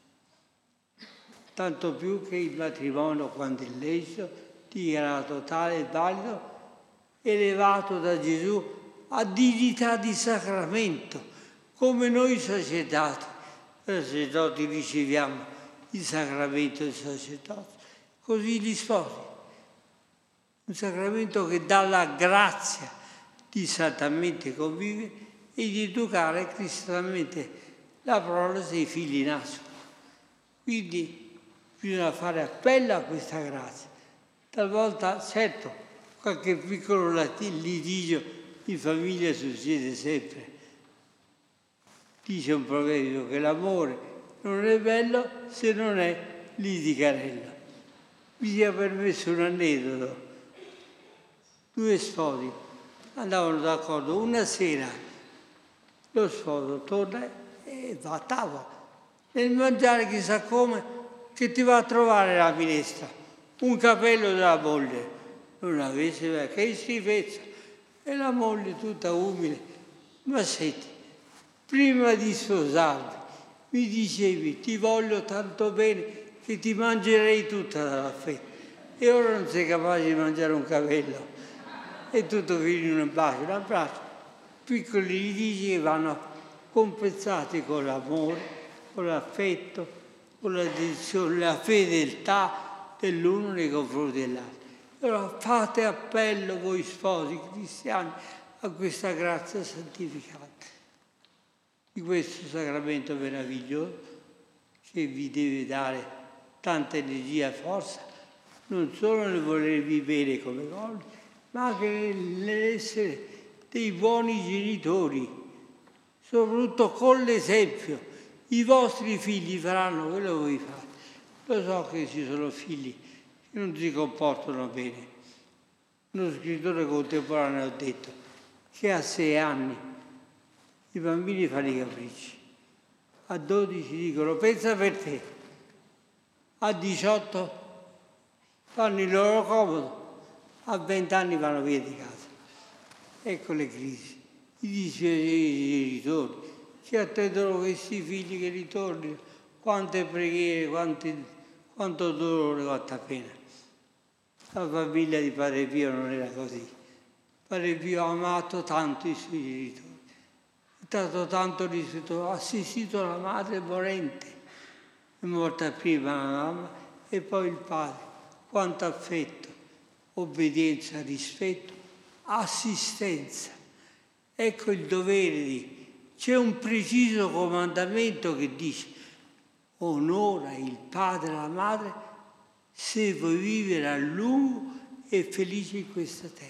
tanto più che il matrimonio, quando è lecito, dichiarato tale e valido, elevato da Gesù a dignità di sacramento, come noi sacerdoti riceviamo il sacramento del sacerdote, così gli sposi. Un sacramento che dà la grazia di santamente convivere e di educare cristianamente la prole se i figli nascono. Quindi bisogna fare appello a questa grazia. Talvolta, certo, qualche piccolo litigio in famiglia succede sempre. Dice un proverbio che l'amore non è bello se non è litigarello. Mi sia permesso un aneddoto. Due sposi andavano d'accordo. Una sera lo sposo torna e va a tavola. Nel mangiare chissà come, che ti va a trovare la minestra? Un capello della moglie. Non avesse, che schifezza. E la moglie tutta umile: ma senti, prima di sposarmi mi dicevi ti voglio tanto bene che ti mangerei tutta dall'affetto, e ora non sei capace di mangiare un capello, e tutto fino in un abbraccio. Piccoli litigi che vanno compensati con l'amore, con l'affetto, con la dedizione, la fedeltà dell'uno nei confronti dell'altro. Allora fate appello voi sposi cristiani a questa grazia santificante, di questo sacramento meraviglioso che vi deve dare tanta energia e forza, non solo nel volervi bene come coniugi, ma anche nell'essere dei buoni genitori, soprattutto con l'esempio. I vostri figli faranno quello che voi fate. Lo so che ci sono figli che non si comportano bene. Uno scrittore contemporaneo ha detto che a 6 anni i bambini fanno i capricci, a 12 dicono pensa per te, a 18 fanno il loro comodo, a 20 anni vanno via di casa. Ecco le crisi, i dispiaceri genitori che attendono questi figli che ritornino, quante preghiere, quanto dolore, quanta pena. La famiglia di Padre Pio non era così. Padre Pio ha amato tanto i suoi genitori, è stato tanto rispettoso, ha assistito la madre morente, è morta prima la mamma e poi il padre. Quanto affetto, obbedienza, rispetto, assistenza. Ecco il dovere di... C'è un preciso comandamento che dice: onora il padre e la madre se vuoi vivere a lungo e felice in questa terra.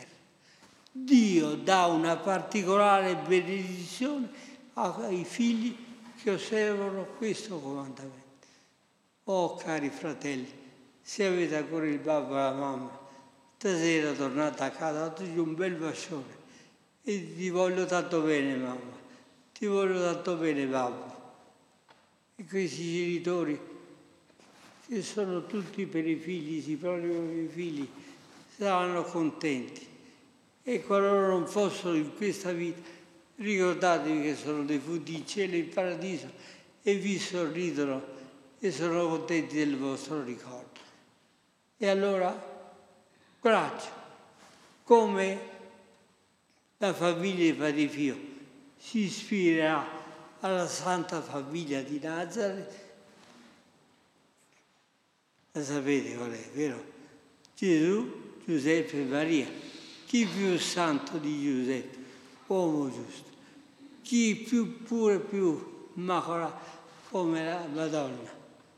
Dio dà una particolare benedizione ai figli che osservano questo comandamento. Oh cari fratelli, se avete ancora il babbo e la mamma, stasera tornate a casa, dategli un bel bacione e ti voglio tanto bene mamma, ti voglio tanto bene babbo. E questi genitori che sono tutti per i figli, si provano per i figli, saranno contenti. E qualora non fossero in questa vita, ricordatevi che sono defunti in cielo e in paradiso e vi sorridono e sono contenti del vostro ricordo. E allora, coraggio, come la famiglia di Padre Pio si ispirerà alla Santa Famiglia di Nazareth, la sapete qual è, vero? Gesù, Giuseppe e Maria. Chi più santo di Giuseppe, uomo giusto? Chi più pure, più immacolato come la Madonna?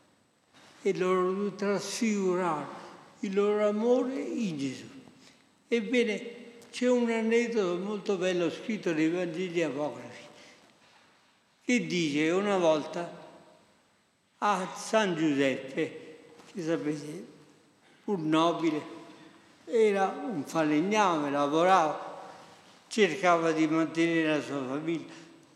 E loro trasfigurarono il loro amore in Gesù. Ebbene, c'è un aneddoto molto bello scritto nei Vangeli apocrifi che dice che una volta a San Giuseppe, che sapete, un nobile, era un falegname, lavorava, cercava di mantenere la sua famiglia.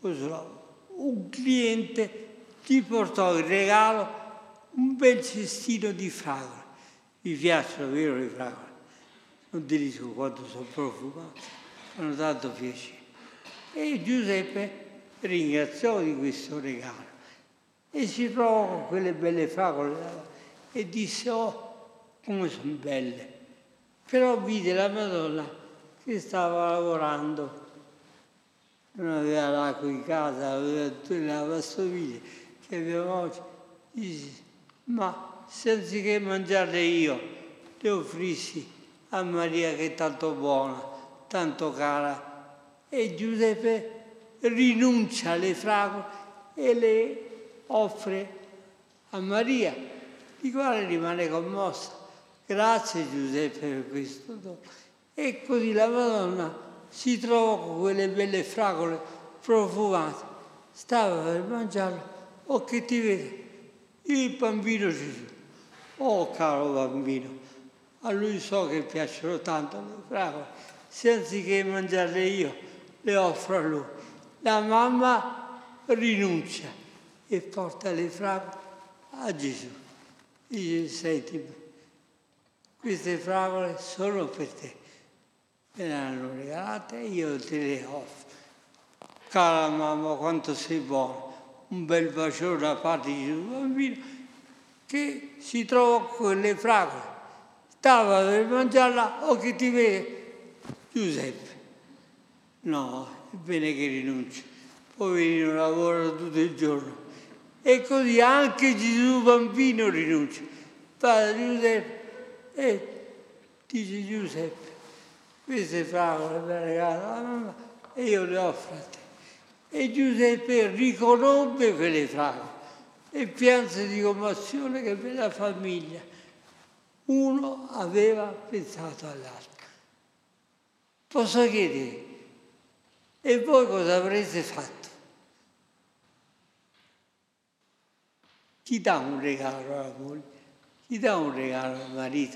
Un cliente gli portò in regalo un bel cestino di fragole. Vi piacciono, vero, le fragole? Non ti dico quanto sono profumate, fanno tanto piacere. E Giuseppe ringraziò di questo regalo e si trovò con quelle belle fragole e disse: oh, come sono belle. Però vide la Madonna che stava lavorando, non aveva l'acqua in casa, aveva tutte le lavastoviglie che abbiamo oggi. Dice: ma se anziché mangiarle io, le offrissi a Maria che è tanto buona, tanto cara. E Giuseppe rinuncia alle fragole e le offre a Maria, di quale rimane commossa. Grazie Giuseppe per questo dono. E così la Madonna si trovò con quelle belle fragole profumate, stava per mangiarlo, oh che ti vede, il bambino Gesù. Oh caro bambino, a lui so che piacciono tanto le fragole, se anziché mangiarle io, le offro a lui. La mamma rinuncia e porta le fragole a Gesù. Dice: senti, queste fragole sono per te, me le hanno regalate e io te le offro. Cara mamma, quanto sei buona, un bel bacione da parte di Gesù bambino che si trovò con quelle fragole, stava per mangiarla, o che ti vede Giuseppe. No, è bene che rinunci, poverino lavora tutto il giorno E così anche Gesù bambino rinuncia. Padre Giuseppe, e dice Giuseppe, queste fragole me le regala la mamma e io le offro a te. E Giuseppe riconobbe quelle fragole e pianse di commozione che per la famiglia uno aveva pensato all'altro. Posso chiedere, e voi cosa avreste fatto? Chi dà un regalo alla moglie? Chi dà un regalo al marito?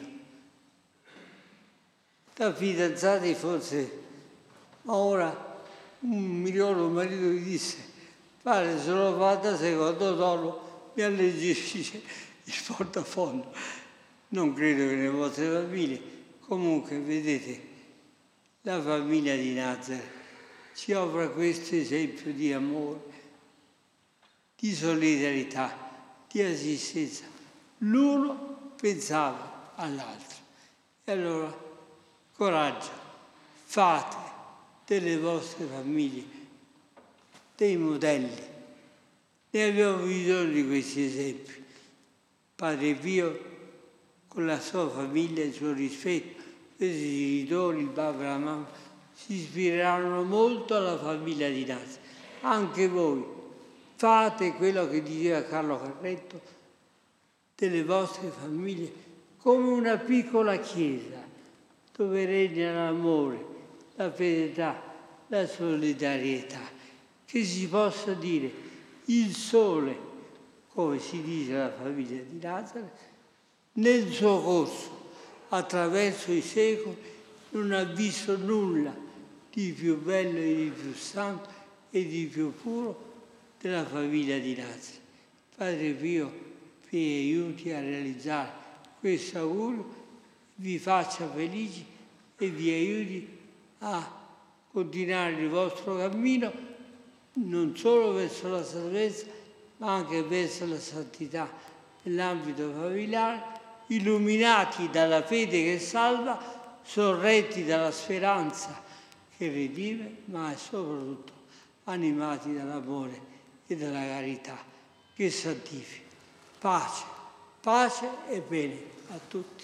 Da fidanzati forse, ma ora un marito gli disse, padre, sono fatta secondo tono, mi alleggerisce il portafoglio. Non credo che nelle vostre famiglie, comunque vedete, la famiglia di Nazareth ci offre questo esempio di amore, di solidarietà, di assistenza. L'uno pensava all'altro. E allora, coraggio, fate delle vostre famiglie dei modelli. Ne abbiamo bisogno di questi esempi. Padre Pio, con la sua famiglia e il suo rispetto, i genitori, il papà e la mamma, si ispireranno molto alla famiglia di Nazareth. Anche voi fate quello che diceva Carlo Carretto delle vostre famiglie come una piccola chiesa dove regna l'amore, la fedeltà, la solidarietà, che si possa dire il sole, come si dice alla famiglia di Nazareth, nel suo corso, attraverso i secoli, non ha visto nulla di più bello e di più santo e di più puro della famiglia di Nazareth. Padre Pio vi aiuti a realizzare questo augurio, vi faccia felici e vi aiuti a continuare il vostro cammino non solo verso la salvezza, ma anche verso la santità nell'ambito familiare, illuminati dalla fede che salva, sorretti dalla speranza che redime, ma soprattutto animati dall'amore e dalla carità che santifica. Pace, pace e bene a tutti.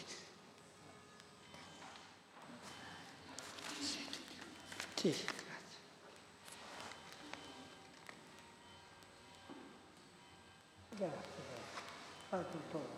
Sì, grazie. Grazie, a tutto voi.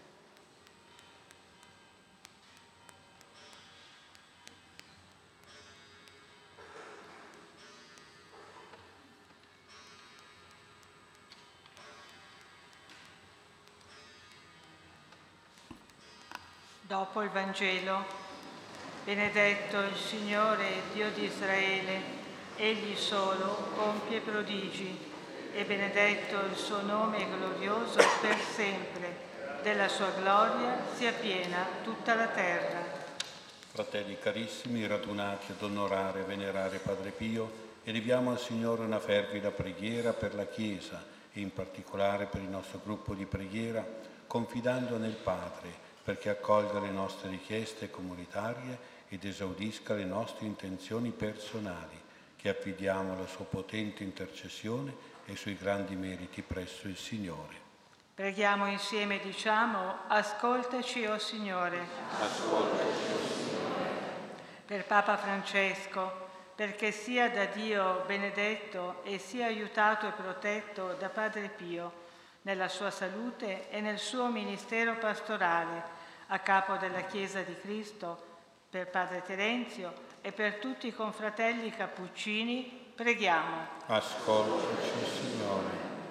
Dopo il Vangelo, benedetto il Signore Dio di Israele, Egli solo compie prodigi, e benedetto il suo nome glorioso per sempre, della sua gloria sia piena tutta la terra. Fratelli carissimi, radunati ad onorare e venerare Padre Pio, eleviamo al Signore una fervida preghiera per la Chiesa e in particolare per il nostro gruppo di preghiera, confidando nel Padre, perché accolga le nostre richieste comunitarie ed esaudisca le nostre intenzioni personali, che affidiamo alla sua potente intercessione e sui grandi meriti presso il Signore. Preghiamo insieme e diciamo: ascoltaci, o Signore. Ascoltaci, o Signore. Per Papa Francesco, perché sia da Dio benedetto e sia aiutato e protetto da Padre Pio, nella sua salute e nel suo ministero pastorale, a capo della Chiesa di Cristo, per Padre Terenzio e per tutti i confratelli cappuccini, preghiamo. Ascoltaci, Signore.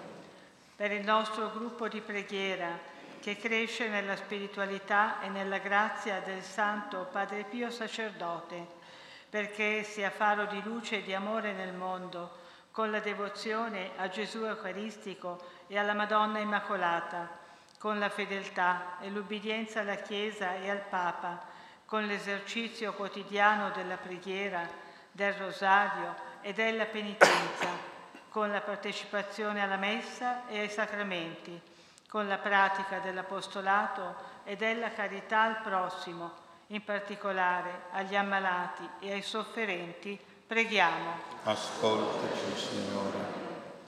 Per il nostro gruppo di preghiera, che cresce nella spiritualità e nella grazia del Santo Padre Pio Sacerdote, perché sia faro di luce e di amore nel mondo, con la devozione a Gesù Eucaristico e alla Madonna Immacolata, con la fedeltà e l'ubbidienza alla Chiesa e al Papa, con l'esercizio quotidiano della preghiera, del rosario e della penitenza, con la partecipazione alla Messa e ai sacramenti, con la pratica dell'apostolato e della carità al prossimo, in particolare agli ammalati e ai sofferenti, preghiamo. Ascoltaci, Signore.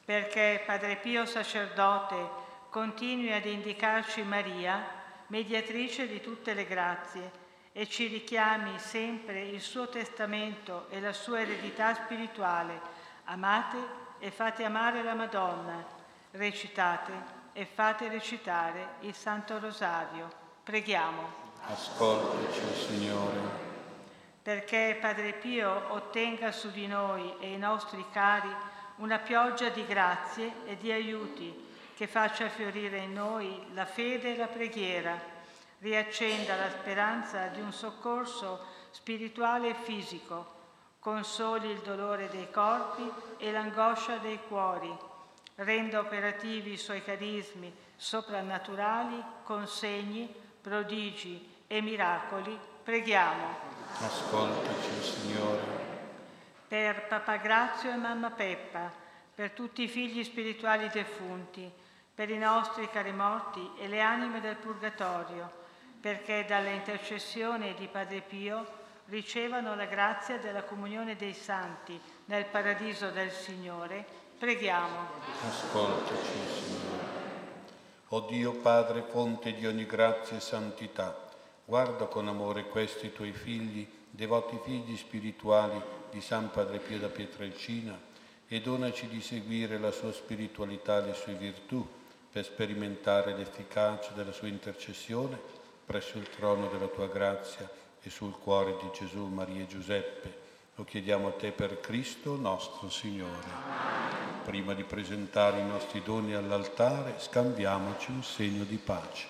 perché Padre Pio sacerdote continui ad indicarci Maria, mediatrice di tutte le grazie, e ci richiami sempre il suo testamento e la sua eredità spirituale. Amate e fate amare la Madonna, recitate e fate recitare il Santo Rosario. Preghiamo. Ascoltaci, Signore. Perché Padre Pio ottenga su di noi e i nostri cari una pioggia di grazie e di aiuti che faccia fiorire in noi la fede e la preghiera, riaccenda la speranza di un soccorso spirituale e fisico, consoli il dolore dei corpi e l'angoscia dei cuori, renda operativi i suoi carismi soprannaturali con segni, prodigi e miracoli. Preghiamo. Ascoltaci, Signore. Per Papa Grazio e Mamma Peppa, per tutti i figli spirituali defunti, per i nostri cari morti e le anime del Purgatorio, perché dalle intercessioni di Padre Pio ricevano la grazia della comunione dei santi nel paradiso del Signore. Preghiamo. Ascoltaci, Signore. O Dio Padre, fonte di ogni grazia e santità, guarda con amore questi tuoi figli, devoti figli spirituali di San Padre Pio da Pietrelcina, e donaci di seguire la sua spiritualità e le sue virtù per sperimentare l'efficacia della sua intercessione presso il trono della tua grazia e sul cuore di Gesù, Maria e Giuseppe. Lo chiediamo a te per Cristo nostro Signore. Prima di presentare i nostri doni all'altare, scambiamoci un segno di pace.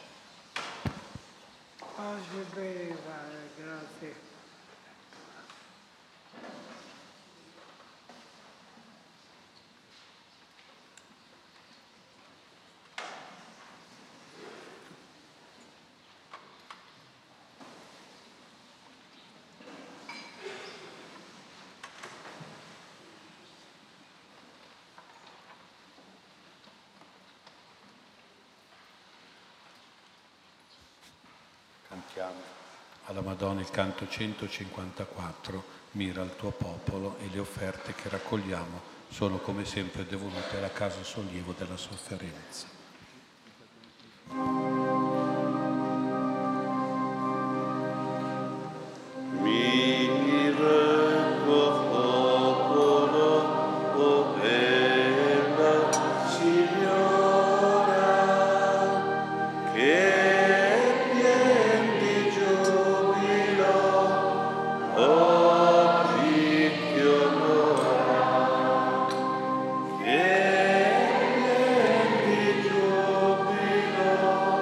Pace bene, Padre, grazie. Cantiamo alla Madonna il canto 154, mira al tuo popolo, e le offerte che raccogliamo sono come sempre devolute alla casa sollievo della sofferenza. Giubilo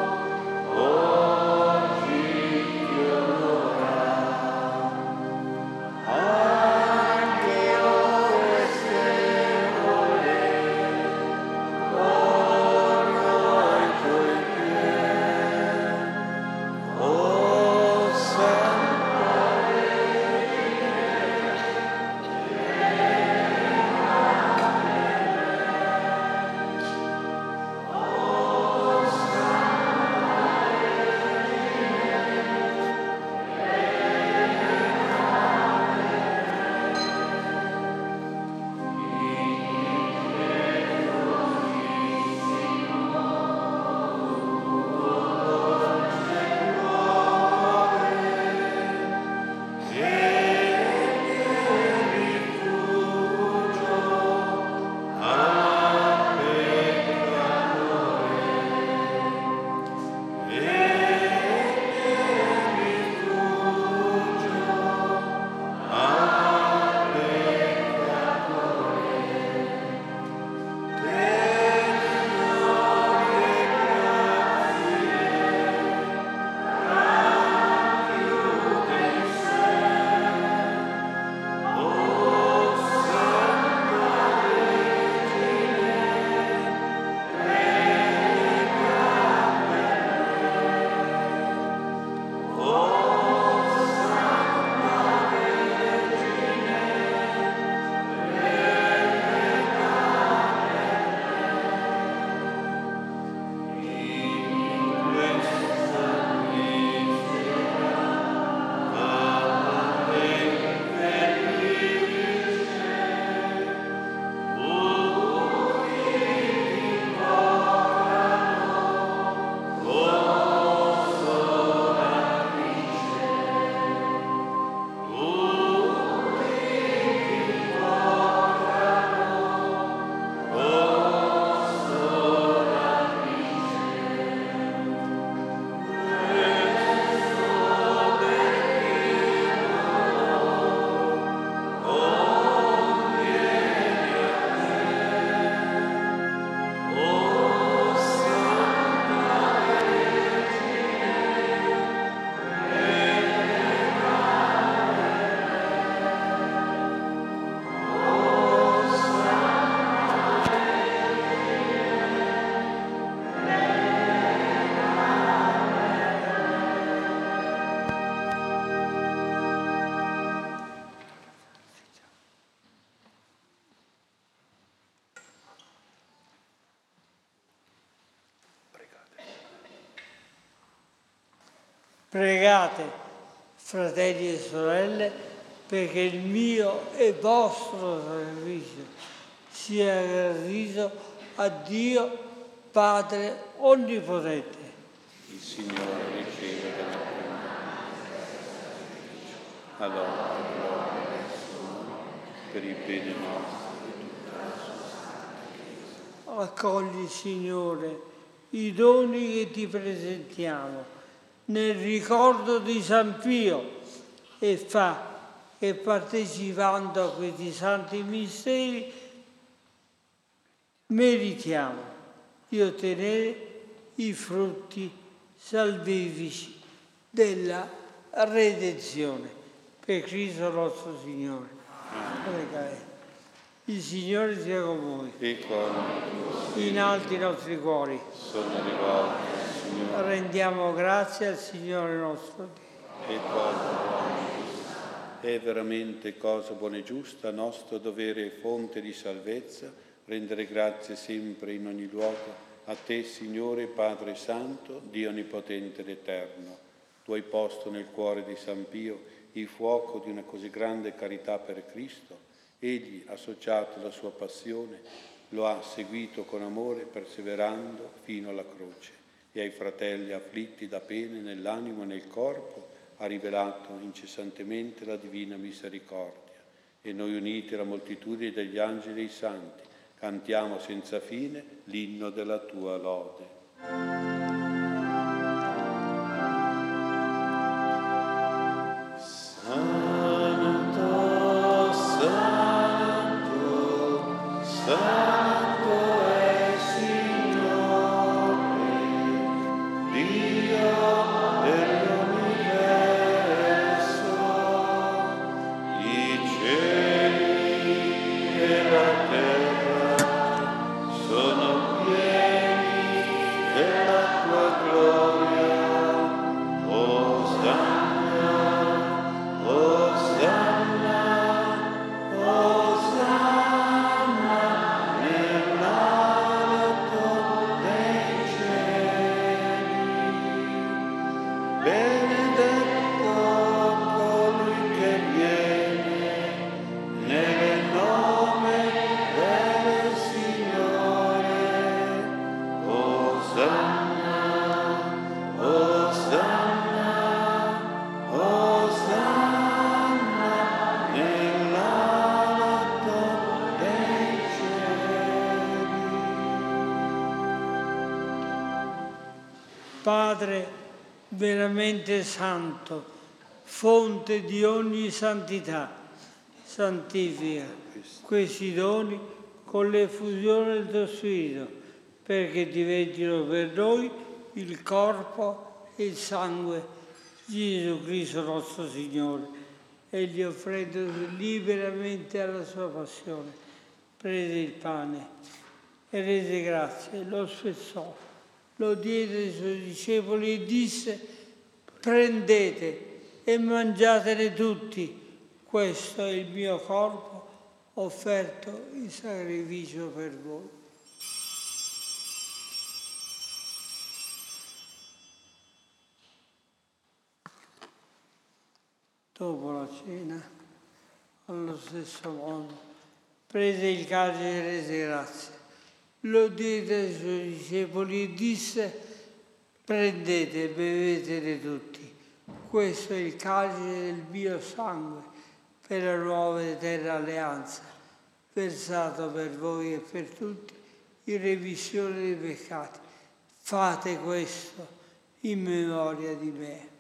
Pregate, fratelli e sorelle, perché il mio e vostro sacrificio sia gradito a Dio Padre Onnipotente. Il Signore riceve dalla allora per il bene nostro e tutta la sua Accogli, Signore, i doni che ti presentiamo nel ricordo di San Pio e fa che partecipando a questi santi misteri meritiamo di ottenere i frutti salvifici della redenzione. Per Cristo nostro Signore. Il Signore sia con voi. e con In alto i nostri cuori. sono rivolti al Signore Rendiamo grazie al Signore nostro Dio. e è veramente cosa buona e giusta, nostro dovere e fonte di salvezza, rendere grazie sempre in ogni luogo a te, Signore, Padre Santo, Dio Onnipotente ed Eterno. Tu hai posto nel cuore di San Pio il fuoco di una così grande carità per Cristo. Egli, associato alla sua passione, lo ha seguito con amore, perseverando fino alla croce, e ai fratelli afflitti da pene nell'animo e nel corpo ha rivelato incessantemente la divina misericordia. E noi, uniti alla moltitudine degli angeli e dei santi, cantiamo senza fine l'inno della tua lode. Padre veramente santo, fonte di ogni santità, santifica questi doni con l'effusione del tuo Spirito, perché diventino per noi il corpo e il sangue di Gesù Cristo nostro Signore, e gli offrendo liberamente alla sua passione. Prese il pane e rese grazie, lo spezzò, lo diede ai suoi discepoli e disse: prendete e mangiatene tutti, questo è il mio corpo offerto in sacrificio per voi. Dopo la cena, allo stesso modo, prese il calice e rese grazie, lo diede ai suoi discepoli e disse: prendete e bevetene tutti, questo è il calice del mio sangue per la nuova e eterna alleanza, versato per voi e per tutti in remissione dei peccati. Fate questo in memoria di me.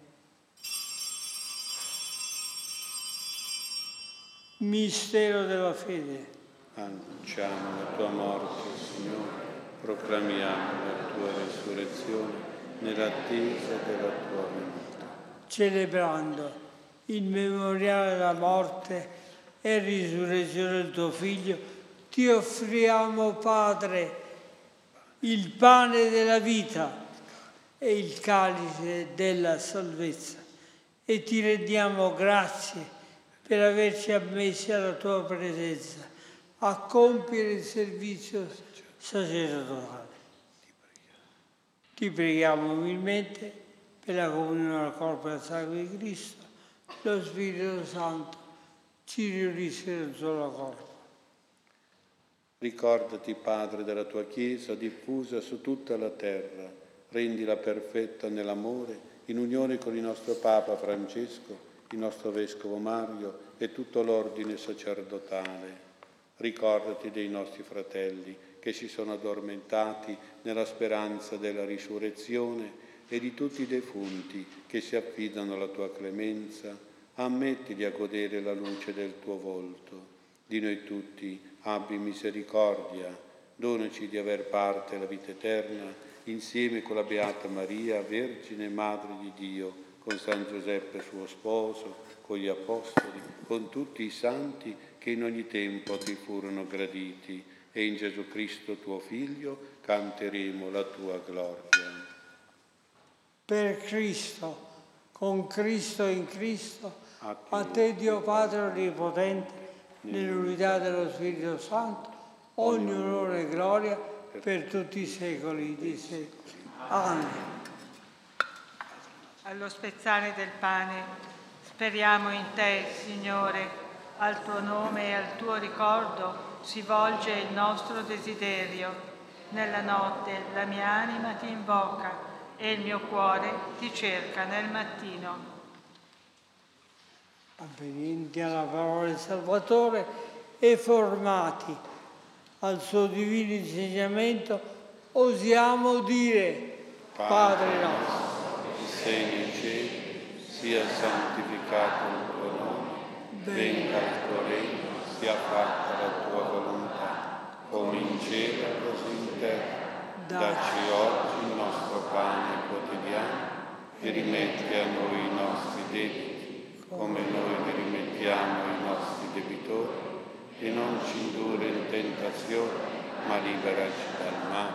Mistero della fede. Annunciamo la tua morte, Signore, proclamiamo la tua resurrezione nell'attesa della tua venuta. Celebrando il memoriale della morte e risurrezione del tuo Figlio, ti offriamo, Padre, il pane della vita e il calice della salvezza, e ti rendiamo grazie per averci ammessi alla tua presenza a compiere il servizio sacerdotale. Ti preghiamo umilmente e la comunione al corpo e al sangue di Cristo, lo Spirito Santo ci riunisce in un solo corpo. Ricordati, Padre, della tua Chiesa diffusa su tutta la terra, rendila perfetta nell'amore, in unione con il nostro Papa Francesco, il nostro Vescovo Mario e tutto l'ordine sacerdotale. Ricordati dei nostri fratelli che si sono addormentati nella speranza della risurrezione e di tutti i defunti che si affidano alla tua clemenza. Ammettili a godere la luce del tuo volto. Di noi tutti abbi misericordia, donaci di aver parte alla vita eterna, insieme con la Beata Maria, Vergine Madre di Dio, con San Giuseppe suo sposo, con gli Apostoli, con tutti i santi che in ogni tempo ti furono graditi, e in Gesù Cristo tuo Figlio canteremo la tua gloria. Per Cristo, con Cristo e in Cristo, a te Dio Padre Onnipotente, nell'unità dello Spirito Santo, ogni onore e gloria per tutti i secoli dei secoli. Amen. Allo spezzare del pane, speriamo in te, Signore, al tuo nome e al tuo ricordo si volge il nostro desiderio. Nella notte la mia anima ti invoca e il mio cuore ti cerca nel mattino. Obbedienti alla parola del Salvatore e formati al suo divino insegnamento, osiamo dire: Padre nostro, sei nei cieli, sia santificato il tuo nome, venga il tuo regno, sia fatta la tua volontà, come in cielo così in terra. Dacci oggi il nostro pane quotidiano e rimetti a noi i nostri debiti, come noi li rimettiamo ai nostri debitori, e non ci indurre in tentazione, ma liberaci dal male.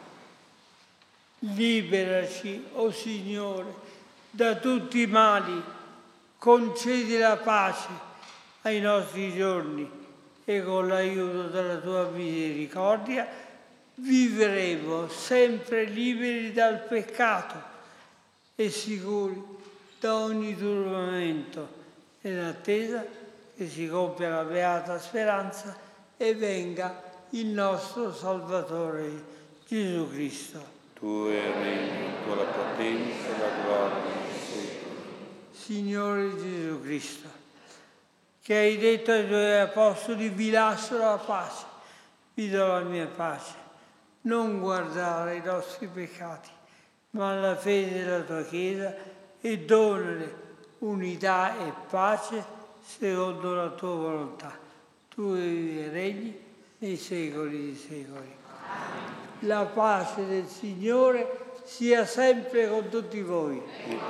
liberaci, o Signore, da tutti i mali, concedi la pace ai nostri giorni e con l'aiuto della tua misericordia vivremo sempre liberi dal peccato e sicuri da ogni turbamento, nell'attesa che si compia la beata speranza e venga il nostro Salvatore Gesù Cristo. Tu regni, tu la potenza e la gloria nei secoli. Signore Gesù Cristo, che hai detto ai tuoi apostoli: vi lascio la pace, vi do la mia pace. Non guardare i nostri peccati, ma la fede della tua Chiesa, e donale unità e pace secondo la tua volontà. Tu vivi e regni nei secoli dei secoli. La pace del Signore sia sempre con tutti voi.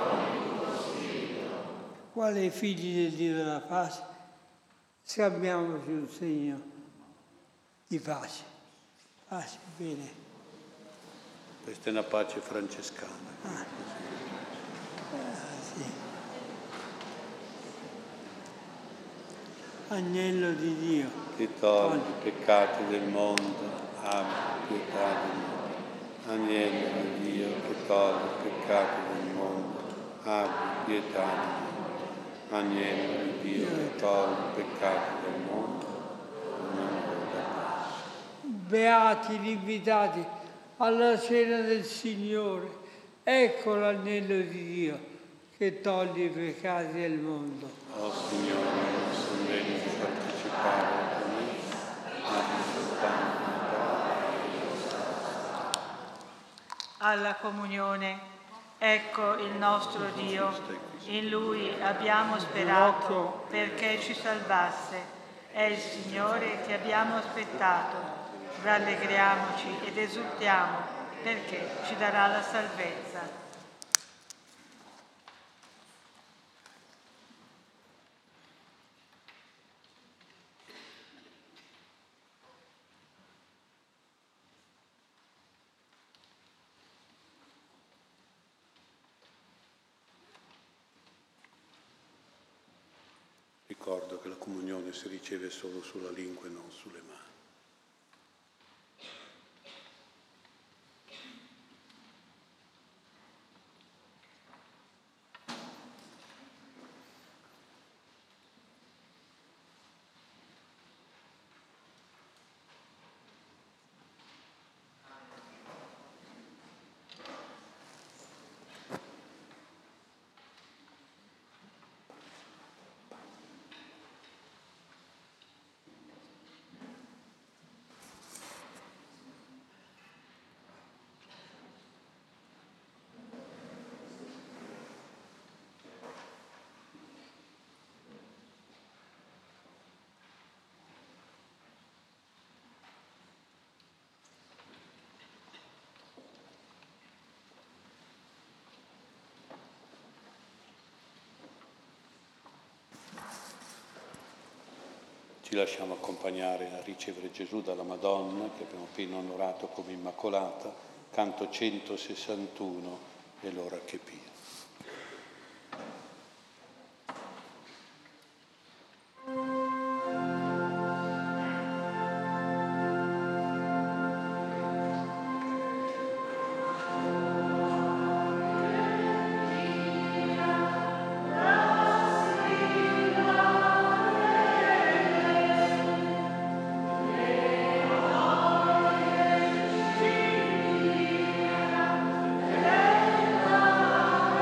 Quali figli del Dio della pace, scambiamoci un segno di pace. Pace, bene. Questa è una pace francescana. Sì. Agnello di Dio, Che togli i peccati del mondo, abbi pietà di noi. Agnello di Dio, che togli i peccati del mondo, abbi pietà di noi. Agnello di Dio, che togli i peccati del mondo, beati gli invitati alla cena del Signore. Ecco l'agnello di Dio che toglie i peccati del mondo. Oh Signore, non sono degno di partecipare alla tua messa, ma di soltanto Alla comunione, ecco il nostro Dio, in Lui abbiamo sperato perché ci salvasse. È il Signore che abbiamo aspettato. Rallegriamoci ed esultiamo perché ci darà la salvezza. Ricordo che la comunione si riceve solo sulla lingua e non sulle mani. Ci lasciamo accompagnare a ricevere Gesù dalla Madonna, che abbiamo appena onorato come Immacolata, canto 161, è l'ora che pia. Amen.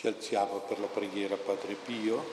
Ci alziamo per la preghiera Padre Pio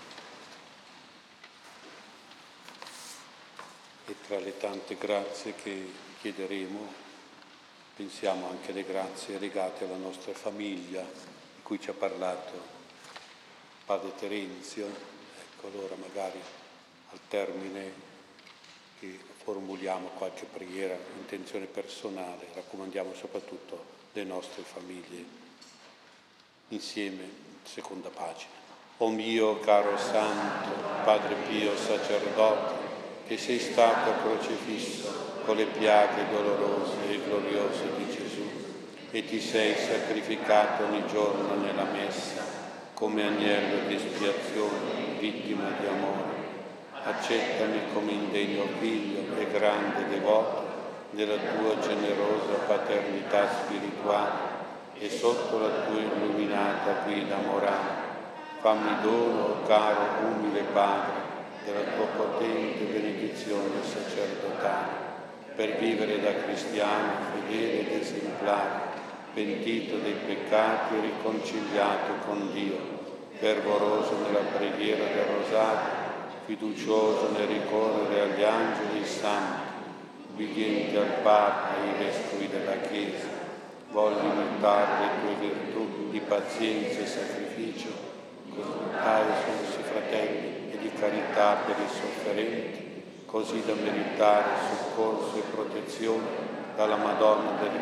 e tra le tante grazie che chiederemo pensiamo anche alle grazie legate alla nostra famiglia di cui ci ha parlato Padre Terenzio. Ecco, allora magari al termine che formuliamo qualche preghiera, intenzione personale, raccomandiamo soprattutto le nostre famiglie. Insieme, seconda pagina. O mio caro Santo Padre Pio sacerdote, che sei stato crocifisso con le piaghe dolorose e gloriose di Gesù e ti sei sacrificato ogni giorno nella messa come agnello di espiazione, vittima di amore. Accettami come indegno figlio e grande devoto della tua generosa paternità spirituale e sotto la tua illuminata guida morale. Fammi dono, caro umile Padre, della tua potente benedizione sacerdotale, per vivere da cristiano fedele ed esemplare, pentito dei peccati e riconciliato con Dio, fervoroso nella preghiera del rosario, fiducioso nel ricorrere agli angeli santi, ubbidiente al Papa e ai vescovi della Chiesa. Voglio imitare le tue virtù di pazienza e sacrificio, consultare i nostri fratelli e di carità per i sofferenti, così da meritare soccorso e protezione dalla Madonna delle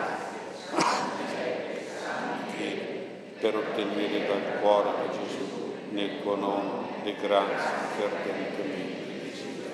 e per ottenere dal cuore di Gesù nel tuo nome le grazie che ardentemente desidero.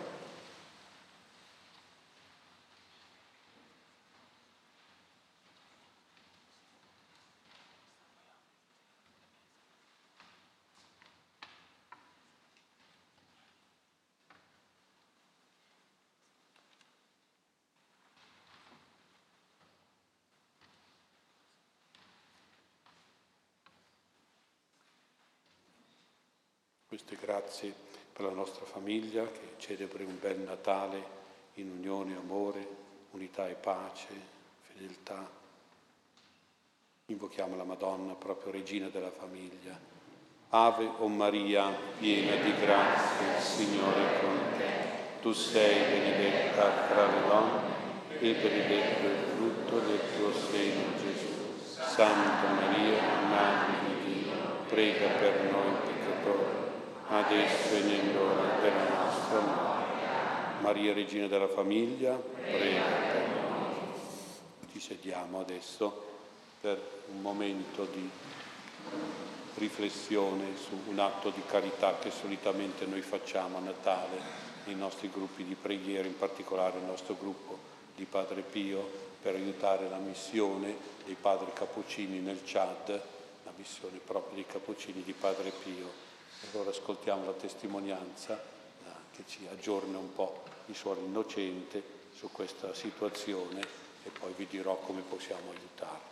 Queste grazie per la nostra famiglia che celebri un bel Natale in unione, amore, unità e pace, fedeltà. Invochiamo la Madonna, proprio Regina della famiglia. Ave o Maria, piena di grazia, il Signore è con te. Tu sei benedetta fra le donne e benedetto il frutto del tuo seno, Gesù. Santa Maria, Madre di Dio, prega per noi peccatori, adesso e nell'ora della nostra morte. Maria, Regina della famiglia, prega per noi. Ci sediamo adesso per un momento di riflessione su un atto di carità che solitamente noi facciamo a Natale nei nostri gruppi di preghiera, in particolare il nostro gruppo di Padre Pio, per aiutare la missione dei Padri Cappuccini nel Chad, la missione proprio dei Cappuccini di Padre Pio. Allora ascoltiamo la testimonianza che ci aggiorna un po' di Suor Innocente su questa situazione e poi vi dirò come possiamo aiutare.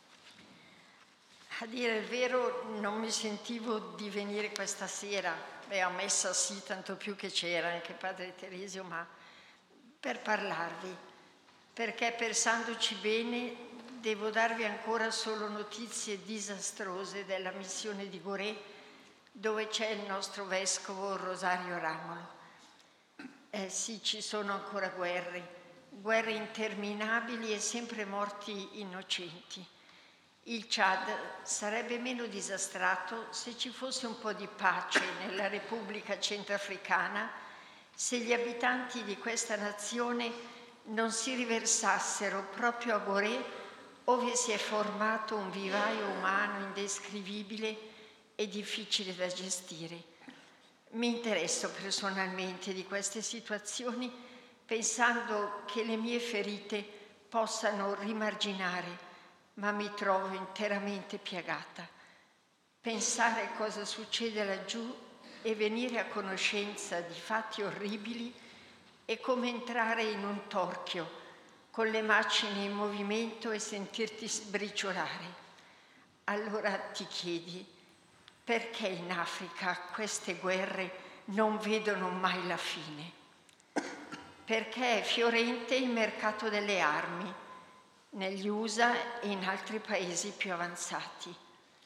A dire il vero non mi sentivo di venire questa sera, a messa sì, tanto più che c'era anche Padre Teresio, ma per parlarvi, perché pensandoci bene devo darvi ancora solo notizie disastrose della missione di Gorée, dove c'è il nostro vescovo Rosario Ramolo. Sì, ci sono ancora guerre interminabili e sempre morti innocenti. Il Chad sarebbe meno disastrato se ci fosse un po' di pace nella Repubblica Centrafricana, se gli abitanti di questa nazione non si riversassero proprio a Gorée, ove si è formato un vivaio umano indescrivibile e difficile da gestire. Mi interesso personalmente di queste situazioni pensando che le mie ferite possano rimarginare, ma mi trovo interamente piagata. Pensare cosa succede laggiù e venire a conoscenza di fatti orribili è come entrare in un torchio con le macine in movimento e sentirti sbriciolare. Allora ti chiedi, perché in Africa queste guerre non vedono mai la fine? Perché è fiorente il mercato delle armi negli USA e in altri paesi più avanzati.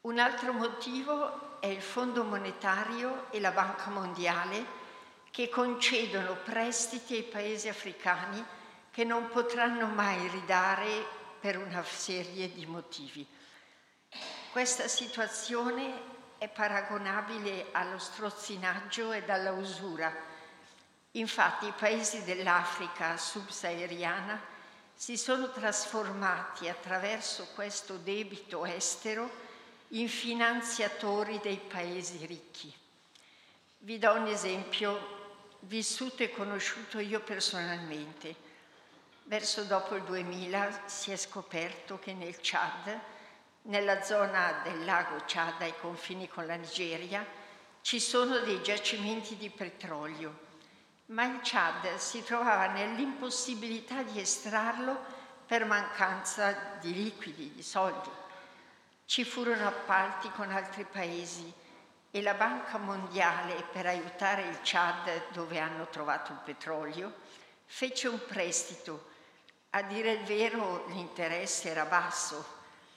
Un altro motivo è il Fondo Monetario e la Banca Mondiale che concedono prestiti ai paesi africani che non potranno mai ridare per una serie di motivi. Questa situazione è paragonabile allo strozzinaggio e alla usura. Infatti i paesi dell'Africa subsahariana si sono trasformati attraverso questo debito estero in finanziatori dei paesi ricchi. Vi do un esempio vissuto e conosciuto io personalmente. Verso dopo il 2000 si è scoperto che nel Chad, nella zona del lago Chad ai confini con la Nigeria, ci sono dei giacimenti di petrolio, ma il Chad si trovava nell'impossibilità di estrarlo per mancanza di liquidi, di soldi. Ci furono appalti con altri paesi e la Banca Mondiale, per aiutare il Chad dove hanno trovato il petrolio, fece un prestito. A dire il vero l'interesse era basso,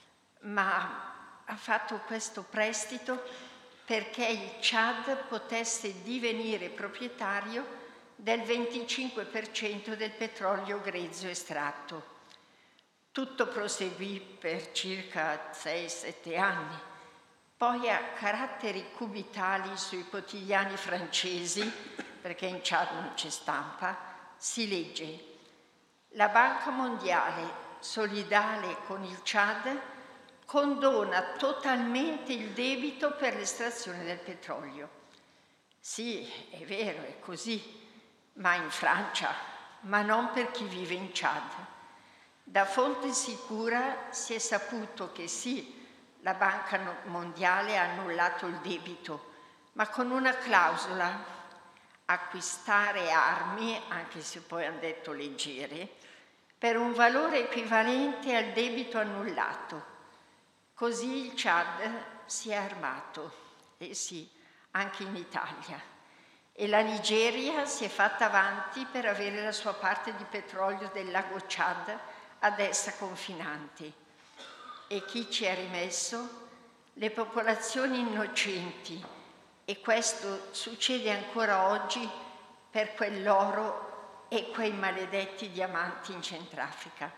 ma ha fatto questo prestito perché il Chad potesse divenire proprietario del 25% del petrolio grezzo estratto. Tutto proseguì per circa 6-7 anni. Poi a caratteri cubitali sui quotidiani francesi, perché in Chad non c'è stampa, si legge: la Banca Mondiale, solidale con il Chad, condona totalmente il debito per l'estrazione del petrolio. Sì, è vero, è così, ma in Francia, ma non per chi vive in Chad. Da fonte sicura si è saputo che sì, la Banca Mondiale ha annullato il debito, ma con una clausola: acquistare armi, anche se poi hanno detto leggere, per un valore equivalente al debito annullato. Così il Chad si è armato, e sì, anche in Italia. E la Nigeria si è fatta avanti per avere la sua parte di petrolio del lago Chad ad essa confinante. E chi ci ha rimesso? Le popolazioni innocenti. E questo succede ancora oggi per quell'oro e quei maledetti diamanti in Centrafrica.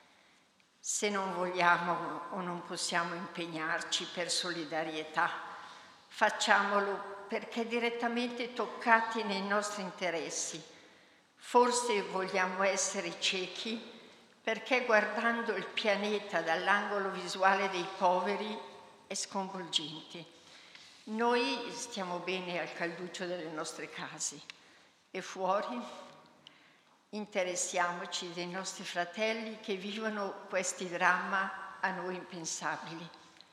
Se non vogliamo o non possiamo impegnarci per solidarietà, facciamolo perché direttamente toccati nei nostri interessi. Forse vogliamo essere ciechi perché guardando il pianeta dall'angolo visuale dei poveri è sconvolgente. Noi stiamo bene al calduccio delle nostre case e fuori interessiamoci dei nostri fratelli che vivono questi dramma a noi impensabili.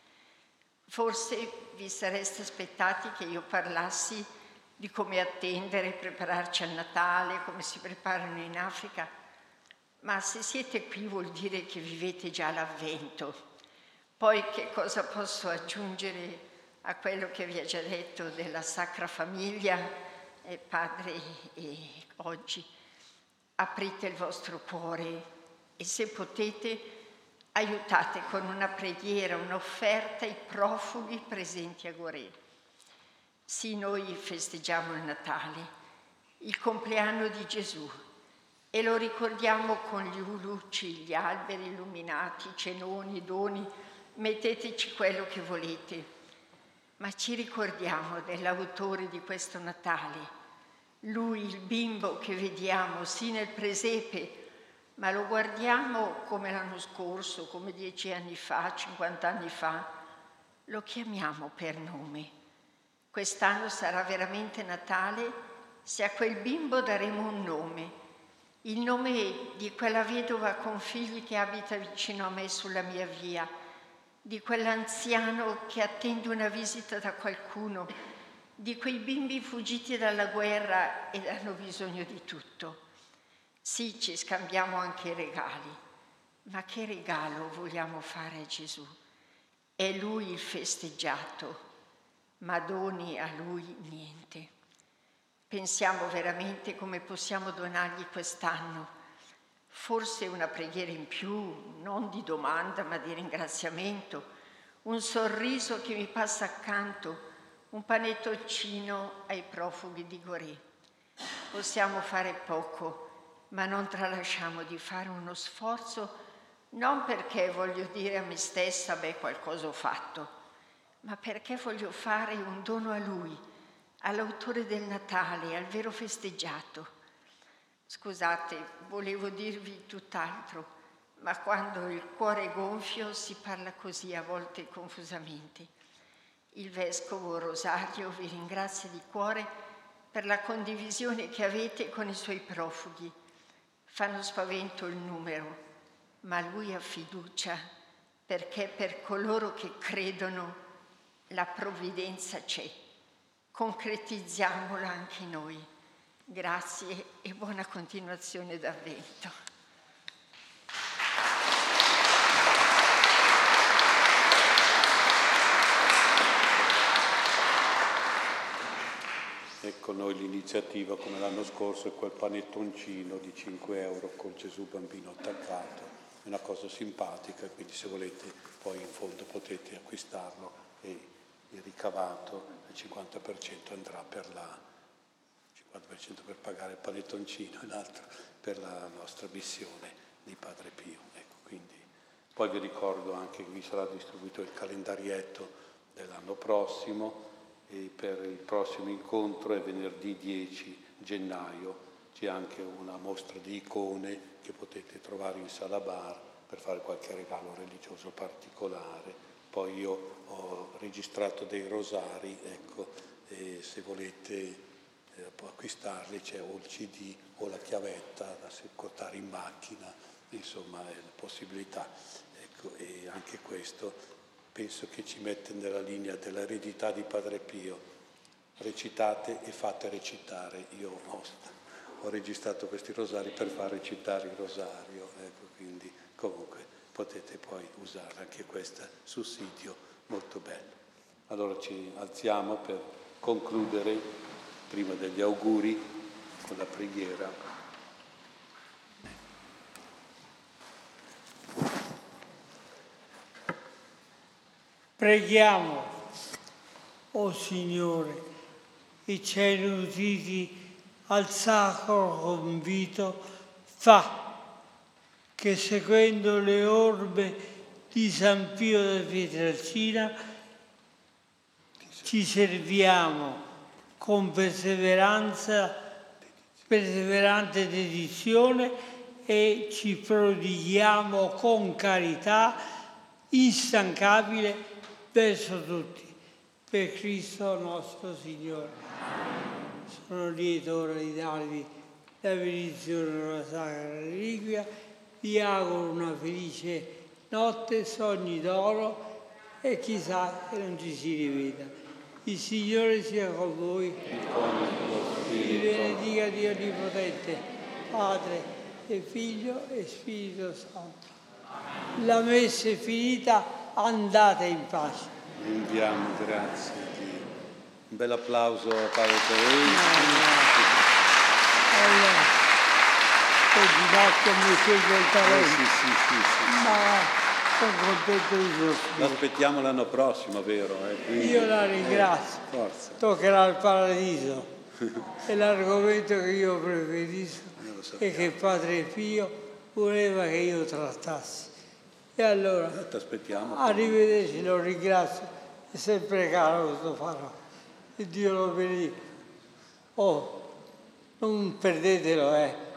Forse vi sareste aspettati che io parlassi di come attendere e prepararci al Natale, come si preparano in Africa, ma se siete qui vuol dire che vivete già l'Avvento. Poi che cosa posso aggiungere a quello che vi ha già detto della Sacra Famiglia, Padre, e oggi? Aprite il vostro cuore e se potete aiutate con una preghiera, un'offerta i profughi presenti a Gorée. Sì, noi festeggiamo il Natale, il compleanno di Gesù, e lo ricordiamo con gli ulucci, gli alberi illuminati, i cenoni, i doni, metteteci quello che volete. Ma ci ricordiamo dell'autore di questo Natale, lui, il bimbo che vediamo sì nel presepe, ma lo guardiamo come l'anno scorso, come 10 anni fa, 50 anni fa, lo chiamiamo per nome. Quest'anno sarà veramente Natale se a quel bimbo daremo un nome, il nome di quella vedova con figli che abita vicino a me sulla mia via, di quell'anziano che attende una visita da qualcuno, di quei bimbi fuggiti dalla guerra ed hanno bisogno di tutto. Sì, ci scambiamo anche i regali, ma che regalo vogliamo fare a Gesù? È Lui il festeggiato, ma doni a Lui niente. Pensiamo veramente come possiamo donargli quest'anno. Forse una preghiera in più, non di domanda ma di ringraziamento, un sorriso che mi passa accanto, un panettoncino ai profughi di Gorée. Possiamo fare poco, ma non tralasciamo di fare uno sforzo, non perché voglio dire a me stessa, qualcosa ho fatto, ma perché voglio fare un dono a Lui, all'autore del Natale, al vero festeggiato. Scusate, volevo dirvi tutt'altro, ma quando il cuore è gonfio si parla così, a volte confusamente. Il Vescovo Rosario vi ringrazia di cuore per la condivisione che avete con i suoi profughi. Fanno spavento il numero, ma lui ha fiducia perché per coloro che credono la provvidenza c'è. Concretizziamola anche noi. Grazie e buona continuazione d'Avvento. Ecco, noi l'iniziativa, come l'anno scorso, è quel panettoncino di 5 euro col Gesù bambino attaccato. È una cosa simpatica, quindi se volete poi in fondo potete acquistarlo e il ricavato, il 50% andrà per 50% per pagare il panettoncino e l'altro per la nostra missione di Padre Pio. Ecco, quindi poi vi ricordo anche che vi sarà distribuito il calendarietto dell'anno prossimo, e per il prossimo incontro è venerdì 10 gennaio. C'è anche una mostra di icone che potete trovare in sala bar per fare qualche regalo religioso particolare. Poi io ho registrato dei rosari, ecco, e se volete acquistarli c'è o il CD o la chiavetta da portare in macchina, insomma è la possibilità. Ecco, e anche questo penso che ci mette nella linea dell'eredità di Padre Pio. Recitate e fate recitare. Io ho registrato questi rosari per far recitare il rosario, ecco, quindi comunque potete poi usare anche questo sussidio molto bello. Allora ci alziamo per concludere, prima degli auguri, con la preghiera. Preghiamo, o Signore, che ci hai nutiti al sacro convito, fa che seguendo le orme di San Pio da Pietrelcina ci serviamo con perseverante dedizione e ci prodighiamo con carità instancabile verso tutti. Per Cristo nostro Signore. Sono lieto ora di darvi la benedizione della Sacra Reliquia. Vi auguro una felice notte, sogni d'oro e chissà che non ci si riveda. Il Signore sia con voi. Vi benedica Dio Onnipotente, Padre e Figlio e Spirito Santo. La messa è finita, andate in pace. Rendiamo grazie a Dio. Un bel applauso a Padre Teresi. Il ginocchio mi segue il talento. Sì. Ma sono contento di sospiro. L'aspettiamo l'anno prossimo, vero? Quindi, Io la ringrazio. Forza. Toccherà il paradiso. È l'argomento che io preferisco e che Padre Pio voleva che io trattassi. E allora, ti aspettiamo. Arrivederci, lo ringrazio. È sempre caro questo farò. E Dio lo benedica. Non perdetelo,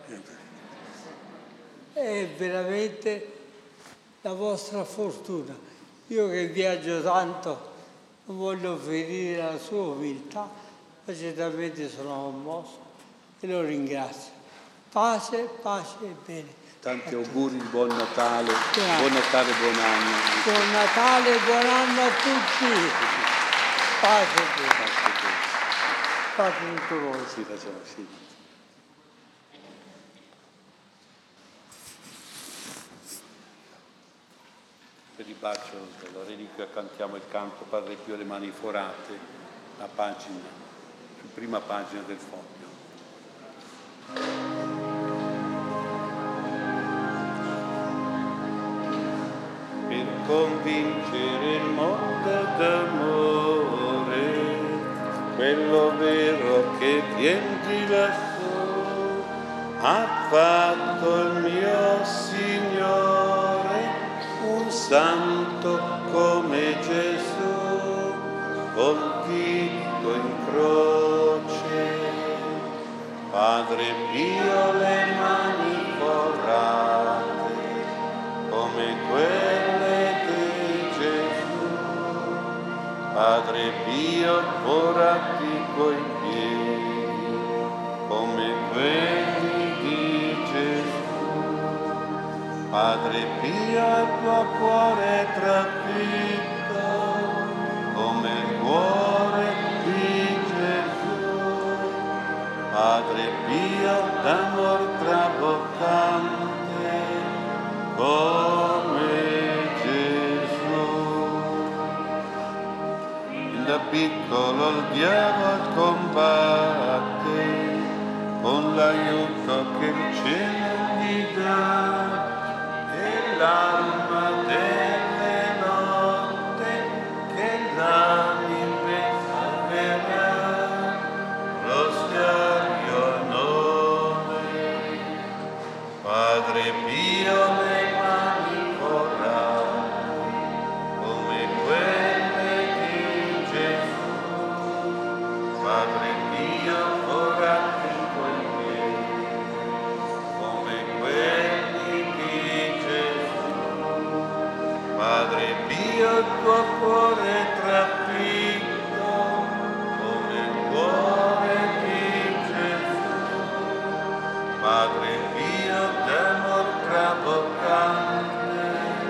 È veramente la vostra fortuna. Io che viaggio tanto non voglio ferire la sua umiltà, ma certamente sono commosso e lo ringrazio. Pace e bene. Tanti auguri, buon Natale, Grazie. Buon Natale, buon anno. Buon Natale e buon anno a tutti. Pace e bene. Fate tutto voi. Sì, facciamo, sì. Per il bacio della reliquia cantiamo il canto Padre Pio le mani forate, la prima pagina del foglio. Per convincere il mondo d'amore, quello vero che viene di lassù, ha fatto il mio Signore, un santo come Gesù, col dito in croce. Padre Pio, le mani forrate come quelle di Gesù. Padre Pio, forati coi piedi come quelli di Gesù. Padre Pio, il tuo cuore trafitto come il cuore di Gesù. Padre Pio, d'amor traboccante come Gesù. Da piccolo il diavolo combatte con l'aiuto che il cielo gli dà, e l'arma delle notte che l'anima salverà, rosario a nome. Padre Pio, le mani forrate come quelle di Gesù. Padre Pio, forati coi piedi come quelli di Gesù. Padre Pio, il tuo cuore trafitto come il cuore di Gesù. Padre Pio, d'amor traboccante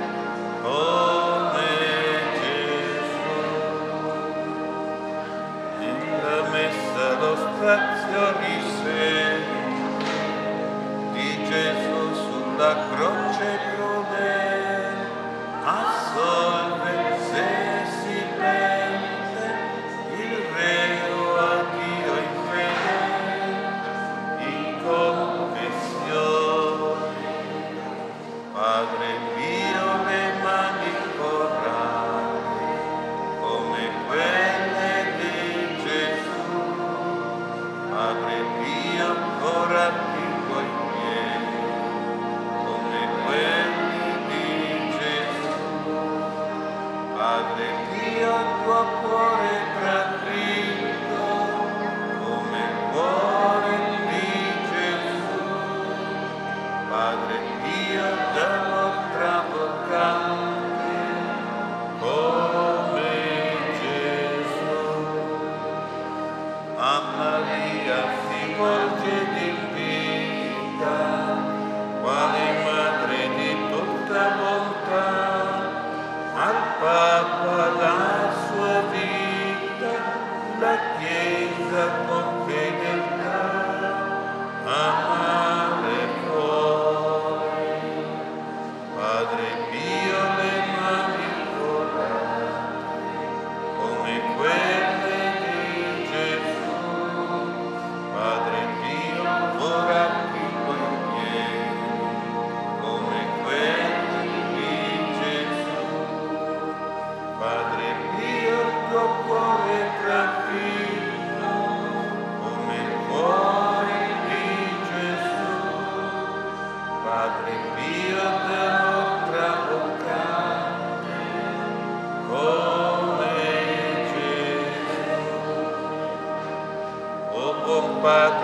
come Gesù. Nella messa lo strazio risente di Gesù sulla croce crudele, assolve se si pente il reo a Dio infedele in confessione. Padre Pio, le mani forrate come quelle di Gesù. Padre Pio, forati coi piedi come quelli di Gesù. Padre Pio, il tuo cuore trafitto come il cuore di Gesù. Padre Pio, d'amor traboccante come Gesù. A Maria si volge d'invita, quale madre di tutta bontà, al Papa la sua vita, la Chiesa con fedeltà, amare fuori. Padre Pio, le mani forrate come quelle di Gesù. Padre Pio, forati coi piedi come quelli di Gesù. Padre Pio, il tuo cuore trafitto come il cuore di Gesù. Padre Pio, d'amor traboccante come Gesù. O buon Padre